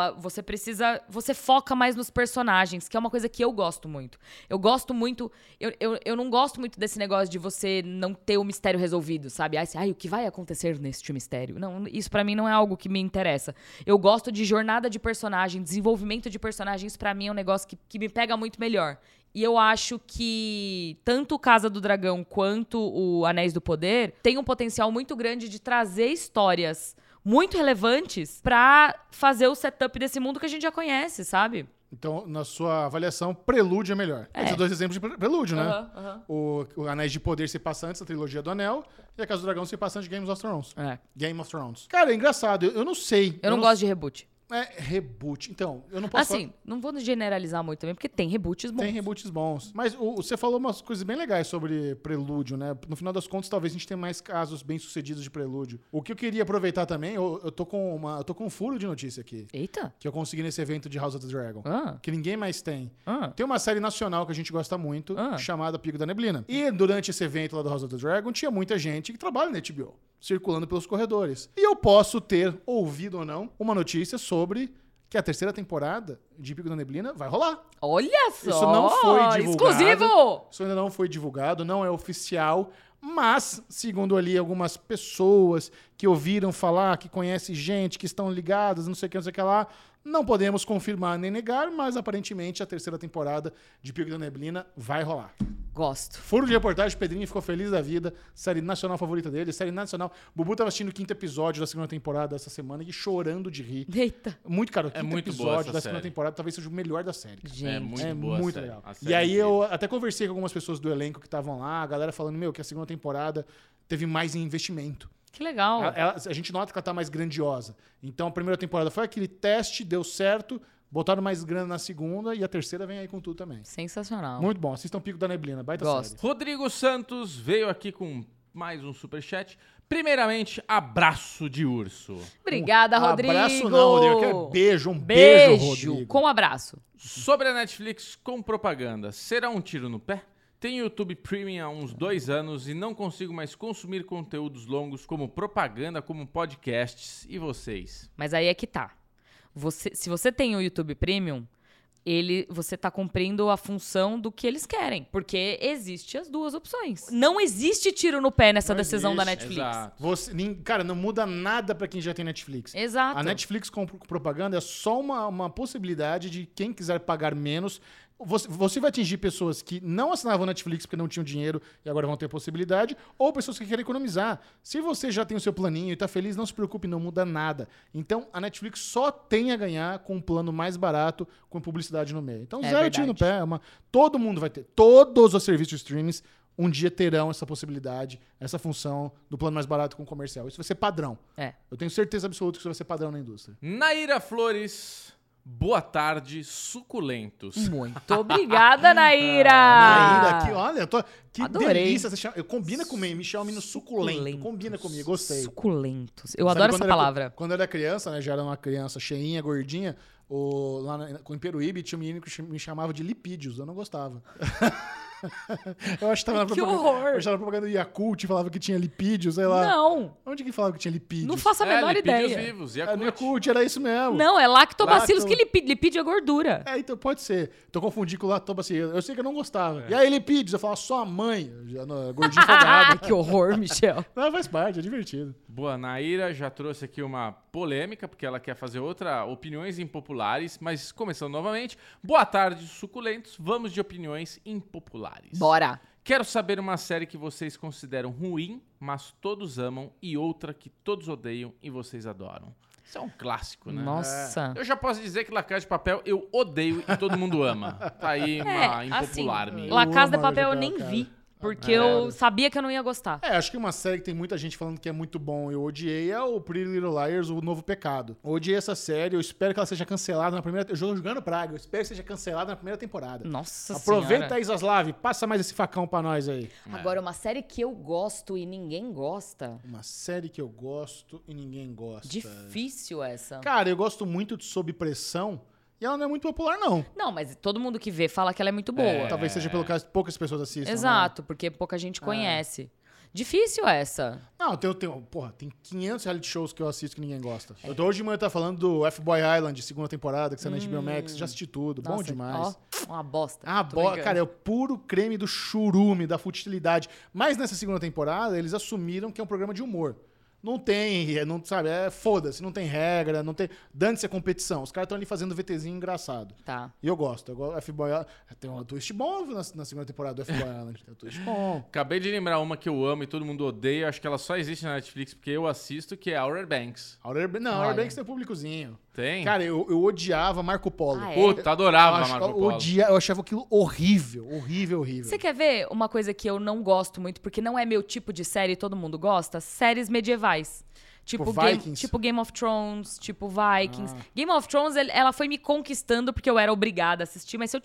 Você foca mais nos personagens, que é uma coisa que eu gosto muito. Eu gosto muito, eu não gosto muito desse negócio de você não ter o mistério resolvido, sabe? O que vai acontecer neste mistério? Não, isso pra mim não é algo que me interessa. Eu gosto de jornada de personagem, desenvolvimento de personagens, pra mim é um negócio que me pega muito melhor. E eu acho que tanto Casa do Dragão quanto o Anéis do Poder tem um potencial muito grande de trazer histórias muito relevantes pra fazer o setup desse mundo que a gente já conhece, sabe? Então, na sua avaliação, Prelúdio é melhor. Esses dois exemplos de Prelúdio, né? O Anéis de Poder se passa antes da trilogia do Anel e a Casa do Dragão se passa antes de Game of Thrones. Game of Thrones. Cara, é engraçado. Eu não sei. Eu não gosto de reboot. Reboot. Então, eu não posso falar... não vou generalizar muito também, porque tem reboots bons. Tem reboots bons. Mas você falou umas coisas bem legais sobre Prelúdio, né? No final das contas, talvez a gente tenha mais casos bem-sucedidos de Prelúdio. O que eu queria aproveitar também, eu tô com um furo de notícia aqui. Eita! Que eu consegui nesse evento de House of the Dragon. Que ninguém mais tem. Tem uma série nacional que a gente gosta muito, chamada Pico da Neblina. E durante esse evento lá do House of the Dragon, tinha muita gente que trabalha na HBO, circulando pelos corredores. E eu posso ter ouvido ou não uma notícia sobre que a terceira temporada de Pico da Neblina vai rolar. Olha só! Isso não foi divulgado. Exclusivo! Isso ainda não foi divulgado, não é oficial. Mas, segundo ali algumas pessoas que ouviram falar, que conhecem gente, que estão ligadas, não sei o que lá, Não podemos confirmar nem negar, mas aparentemente a terceira temporada de Pico da Neblina vai rolar. Gosto. Furo de reportagem, Pedrinho ficou feliz da vida. Série nacional favorita dele, série nacional. Bubu tava assistindo o 5º episódio da segunda temporada essa semana e chorando de rir. Eita. Muito, cara, o 5º muito boa episódio essa da segunda série. temporada talvez seja o melhor da série. Cara. Gente. É muito É boa muito a série. legal. A série E aí incrível. eu até conversei com algumas pessoas do elenco que estavam lá, a galera falando, que a segunda temporada teve mais investimento. Que legal. A gente nota que ela tá mais grandiosa. Então a primeira temporada foi aquele teste, deu certo, botaram mais grana na segunda e a terceira vem aí com tudo também. Sensacional. Muito bom, assistam Pico da Neblina, baita Gosto. série. Rodrigo Santos veio aqui com mais um superchat. Primeiramente, abraço de urso. Obrigada, Rodrigo. Abraço não, Rodrigo, eu quero beijo, um beijo, Rodrigo. Com abraço. Sobre a Netflix com propaganda, será um tiro no pé? Tenho YouTube Premium há uns 2 anos e não consigo mais consumir conteúdos longos como propaganda, como podcasts. E vocês? Mas aí é que tá. Se você tem o YouTube Premium, você tá cumprindo a função do que eles querem. Porque existe as duas opções. Não existe tiro no pé nessa Não decisão da existe. Netflix. Exato. Cara, não muda nada pra quem já tem Netflix. Exato. A Netflix com propaganda é só uma possibilidade de quem quiser pagar menos. Você vai atingir pessoas que não assinavam Netflix porque não tinham dinheiro e agora vão ter possibilidade, ou pessoas que querem economizar. Se você já tem o seu planinho e tá feliz, não se preocupe, não muda nada. Então, a Netflix só tem a ganhar com um plano mais barato, com publicidade no meio. Então, zero tiro no pé. Todo mundo vai ter. Todos os serviços de streamings um dia terão essa possibilidade, essa função do plano mais barato com comercial. Isso vai ser padrão. Eu tenho certeza absoluta que isso vai ser padrão na indústria. Naira Flores, boa tarde, suculentos. Muito obrigada, Naíra! Naíra, aqui, olha, que Adorei. delícia. Combina comigo, Michel, menino suculento. Combina comigo, gostei. Suculentos. Eu Sabe, adoro essa palavra. Quando eu era criança, né, já era uma criança cheinha, gordinha, com o Peruíbe tinha um menino que me chamava de lipídios, eu não gostava. Eu acho que tava na Que propaganda. horror. Eu achava na propaganda do Yakult, falava que tinha lipídios, sei lá. Não, Onde que falava que tinha lipídios? não faço a menor lipídios ideia. vivos, No Yakult. Yakult, era isso mesmo. Não, é lactobacilos Lacto- que lipídio é gordura. Então pode ser. Tô confundindo com o lactobacillus. Eu sei que eu não gostava. E aí, lipídios, eu falava só a mãe, gordinho folgado. Que horror, Michel. Não, faz parte, é divertido. Boa, Naíra já trouxe aqui uma polêmica, porque ela quer fazer outra opiniões impopulares, mas começando novamente. Boa tarde, suculentos. Vamos de opiniões impopulares. Bora. Quero saber uma série que vocês consideram ruim, mas todos amam, e outra que todos odeiam e vocês adoram. Isso é um clássico, né? Nossa. Eu já posso dizer que La Casa de Papel eu odeio e todo mundo ama. Tá aí uma impopular minha. La Casa de amo a Papel eu Isabel, nem cara. vi, porque eu sabia que eu não ia gostar. Acho que uma série que tem muita gente falando que é muito bom e eu odiei é o Pretty Little Liars, O Novo Pecado. Eu odiei essa série, eu espero que ela seja cancelada na primeira... Eu jogo jogando Praga, eu espero que seja cancelada na primeira temporada. Nossa Aproveita Senhora. aí, Zaslav, passa mais esse facão pra nós aí. Agora, uma série que eu gosto e ninguém gosta. Uma série que eu gosto e ninguém gosta. Difícil essa. Cara, eu gosto muito de Sob Pressão e ela não é muito popular, não. Não, mas todo mundo que vê fala que ela é muito boa. Talvez seja pelo caso que poucas pessoas assistem. Exato, porque pouca gente conhece. Difícil essa. Né? Não, tem 500 reality shows que eu assisto que ninguém gosta. Eu tô hoje de manhã falando do F-Boy Island, segunda temporada, que saiu na HBO Max. Já assisti tudo. Bom Nossa, demais. Ó, uma bosta. Tô brincando. Cara, é o puro creme do churume, da futilidade. Mas nessa segunda temporada, eles assumiram que é um programa de humor. Não tem, não, sabe, foda-se, não tem regra, não tem... Dane-se a competição. Os caras estão ali fazendo VTzinho engraçado. Tá. E eu gosto. F-Boy Island... Tem um twist bom na segunda temporada do F-Boy Island. Tem um twist bom. Acabei de lembrar uma que eu amo e todo mundo odeia. Acho que ela só existe na Netflix porque eu assisto, que é Outer Banks. Outer Olha. Banks tem públicozinho. Tem? Cara, eu odiava Marco Polo. Ah, é? Puta, adorava Marco Polo. Eu achava aquilo horrível. Horrível. Você quer ver uma coisa que eu não gosto muito, porque não é meu tipo de série e todo mundo gosta? Séries medievais. Tipo Vikings? Game of Thrones, tipo Vikings. Game of Thrones, ela foi me conquistando porque eu era obrigada a assistir, mas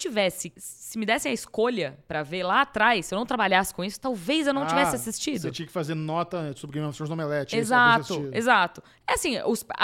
se me dessem a escolha pra ver lá atrás, se eu não trabalhasse com isso, talvez eu não tivesse assistido. Você tinha que fazer nota sobre Game of Thrones no Omelete. Exato. É assim,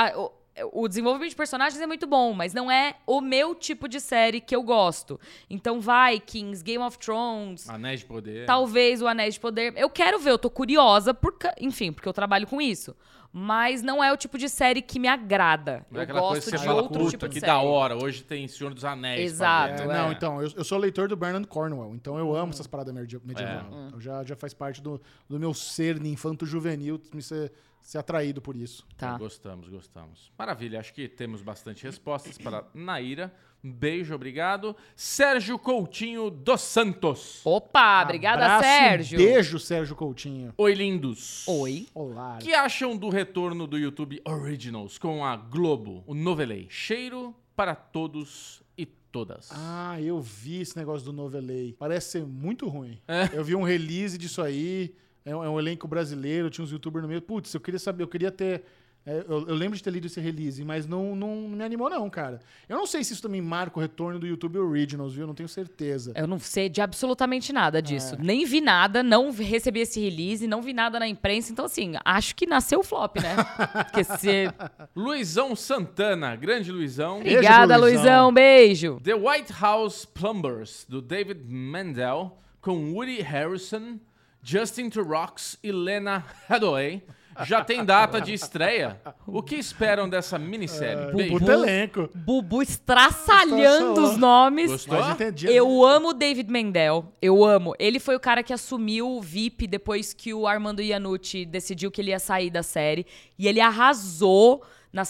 o desenvolvimento de personagens é muito bom, mas não é o meu tipo de série que eu gosto. Então, Vikings, Game of Thrones, Anéis de Poder. talvez o Anéis de Poder. Eu quero ver, eu tô curiosa, porque eu trabalho com isso. mas não é o tipo de série que me agrada. Não é Eu aquela coisa gosto que você de fala, outro puta, tipo de que série. da hora. Hoje tem Senhor dos Anéis. Exato. pra ver. Não, então, eu sou leitor do Bernard Cornwell, então eu amo essas paradas medieval. Então já faz parte do meu ser infanto-juvenil me ser atraído por isso. Tá. Gostamos. Maravilha, acho que temos bastante respostas para Naira. Um beijo, obrigado. Sérgio Coutinho dos Santos. Opa, obrigada, Abraço, Sérgio. Beijo, Sérgio Coutinho. Oi, lindos. Oi. Olá. O que acham do retorno do YouTube Originals com a Globo, o Novelei? Cheiro para todos e todas. Ah, eu vi esse negócio do Novelei. Parece ser muito ruim. É. Eu vi um release disso aí. É um elenco brasileiro, tinha uns youtubers no meio. Putz, eu queria saber, eu queria ter... Eu lembro de ter lido esse release, mas não me animou não, cara. Eu não sei se isso também marca o retorno do YouTube Originals, viu? Eu não tenho certeza. Eu não sei de absolutamente nada disso. Nem vi nada, não recebi esse release, não vi nada na imprensa. Então, assim, acho que nasceu o flop, né? Porque se... Luizão Santana, grande Luizão. Beijo, Obrigada, Luizão. Luizão. Beijo. The White House Plumbers, do David Mendel, com Woody Harrelson, Justin Theroux e Lena Headey, já tem data de estreia. O que esperam dessa minissérie? Beijo. Puta elenco. Bubu estraçalhando Estraçalhou. os nomes. Gostou? Mas entendi. Eu amo o David Mendel. Eu amo. Ele foi o cara que assumiu o VIP depois que o Armando Iannucci decidiu que ele ia sair da série. E ele arrasou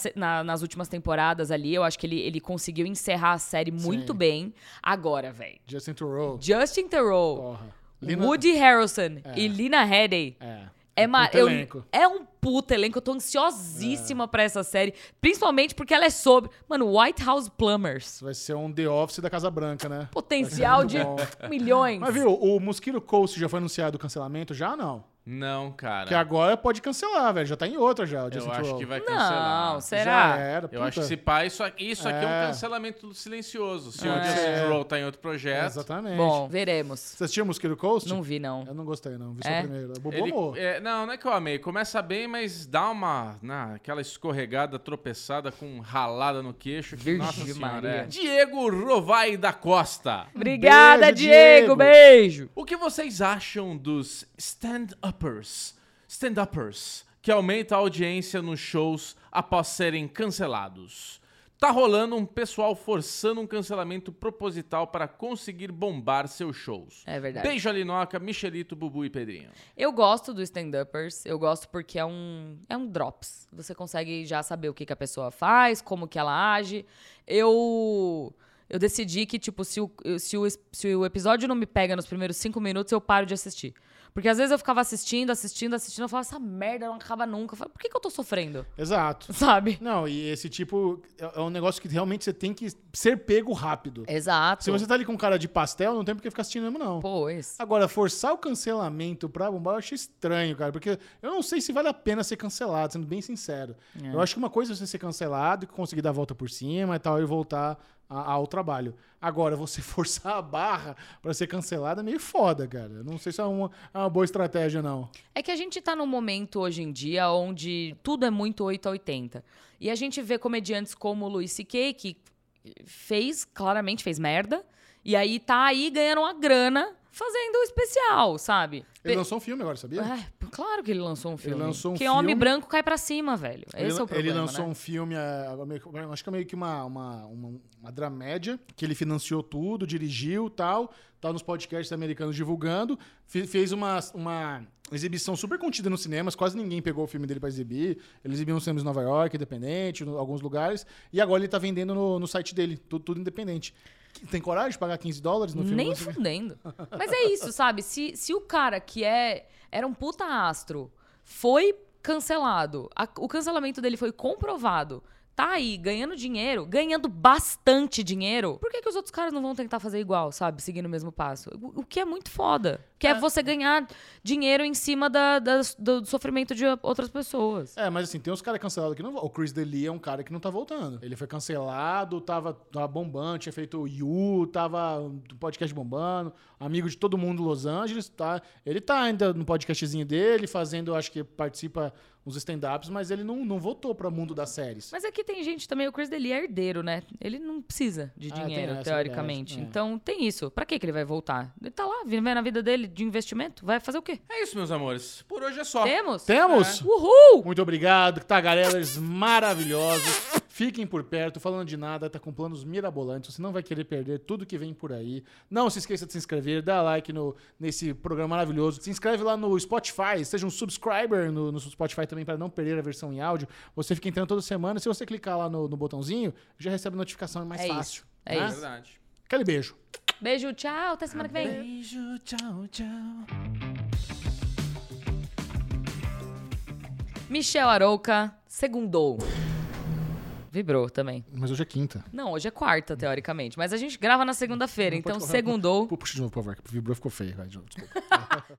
nas últimas temporadas ali. Eu acho que ele conseguiu encerrar a série muito bem. Agora, velho. Justin Theroux. Justin Theroux, Porra. Woody Harrelson e Lena Headey. Puta elenco. É um puta elenco. Eu tô ansiosíssima pra essa série. Principalmente porque ela é sobre... Mano, White House Plumbers. Vai ser um The Office da Casa Branca, né? Potencial de bom. milhões. Mas viu, o Mosquito Coast já foi anunciado o cancelamento? Já não. Não, cara. Porque agora pode cancelar, velho. Já tá em outra já. O Eu Justin acho Theroux. que vai cancelar. Não, será? Já era, Eu puta. acho que se pá, isso aqui é um É. cancelamento silencioso. Se o É. Justin Theroux tá em outro projeto... Exatamente. Bom, veremos. Você assistiu Mosquito Coast? Não vi, não. Eu não gostei, não. Vi só É? o primeiro. O Bobo Ele, amou. não é que eu amei. Começa bem, mas dá aquela escorregada, tropeçada com ralada no queixo. Que, Virgem nossa senhora, Maria. é. Diego Rovai da Costa. Obrigada, Beijo, Diego. Diego. Beijo. O que vocês acham dos stand-uppers que aumenta a audiência nos shows após serem cancelados? Tá rolando um pessoal forçando um cancelamento proposital para conseguir bombar seus shows. É verdade. Beijo, Alinoca, Michelito, Bubu e Pedrinho. Eu gosto do stand-uppers. Eu gosto porque é um drops. Você consegue já saber o que a pessoa faz, como que ela age. Eu decidi que, tipo, se o episódio não me pega nos primeiros 5 minutos, eu paro de assistir. Porque às vezes eu ficava assistindo, eu falava, essa merda não acaba nunca. Eu falava, por que eu tô sofrendo? Exato. Sabe? Não, e esse tipo é um negócio que realmente você tem que ser pego rápido. Exato. Se você tá ali com cara de pastel, não tem porque ficar assistindo mesmo, não. Pois. Agora, forçar o cancelamento pra bombar, eu achei estranho, cara. Porque eu não sei se vale a pena ser cancelado, sendo bem sincero. Eu acho que uma coisa é você ser cancelado e conseguir dar a volta por cima e tal, e voltar ao trabalho. Agora, você forçar a barra pra ser cancelado é meio foda, cara. Eu não sei se é uma boa estratégia, não. É que a gente tá num momento hoje em dia onde tudo é muito 8 a 80. E a gente vê comediantes como o Louis C.K., que claramente fez merda, e aí tá aí ganhando uma grana fazendo o especial, sabe? Ele lançou um filme agora, sabia? Claro que ele lançou um filme. lançou um Porque homem filme- branco cai pra cima, velho. Esse é o problema, Ele lançou né? um filme, acho que é meio que uma dramédia, que ele financiou tudo, dirigiu e tal, tá nos podcasts americanos divulgando, fez uma exibição super contida nos cinemas, quase ninguém pegou o filme dele pra exibir, ele exibiu nos cinemas de Nova York, independente, em alguns lugares, e agora ele tá vendendo no site dele, tudo independente. Tem coragem de pagar $15 no filme? Nem fudendo. Mas é isso, sabe? Se o cara que era um puta astro foi cancelado, o cancelamento dele foi comprovado, tá aí ganhando dinheiro, ganhando bastante dinheiro, por que os outros caras não vão tentar fazer igual, sabe? Seguindo o mesmo passo. O que é muito foda. Que é você ganhar dinheiro em cima do sofrimento de outras pessoas. Mas assim, tem uns caras cancelados que não vão. O Chris D'Elia é um cara que não tá voltando. Ele foi cancelado, tava bombando, tinha feito o You, tava no podcast bombando, amigo de todo mundo em Los Angeles, tá? Ele tá ainda no podcastzinho dele, fazendo, acho que participa uns stand-ups, mas ele não voltou para o mundo das séries. Mas aqui tem gente também, o Chris D'Elia é herdeiro, né? Ele não precisa de dinheiro, tem essa, teoricamente. verdade. Então tem isso. Pra que ele vai voltar? Ele tá lá, vivendo a vida dele de investimento. Vai fazer o quê? É isso, meus amores. Por hoje é só. Temos? Temos? Uhul! Muito obrigado, tagarelas maravilhosos. Fiquem por perto, falando de nada, tá com planos mirabolantes. Você não vai querer perder tudo que vem por aí. Não se esqueça de se inscrever, dá like nesse programa maravilhoso. Se inscreve lá no Spotify, seja um subscriber no Spotify também para não perder a versão em áudio. Você fica entrando toda semana. Se você clicar lá no botãozinho, já recebe notificação, é mais fácil. É né? isso. Verdade. Aquele beijo. Beijo, tchau. Até semana que vem. Beijo, tchau, tchau. Michel Arouca, segundou. Vibrou também. Mas hoje é quinta. Não, hoje é quarta, teoricamente. Mas a gente grava na segunda-feira, Não então pode- segundou. Puxa de novo, por favor, que vibrou ficou feio. Vai, desculpa.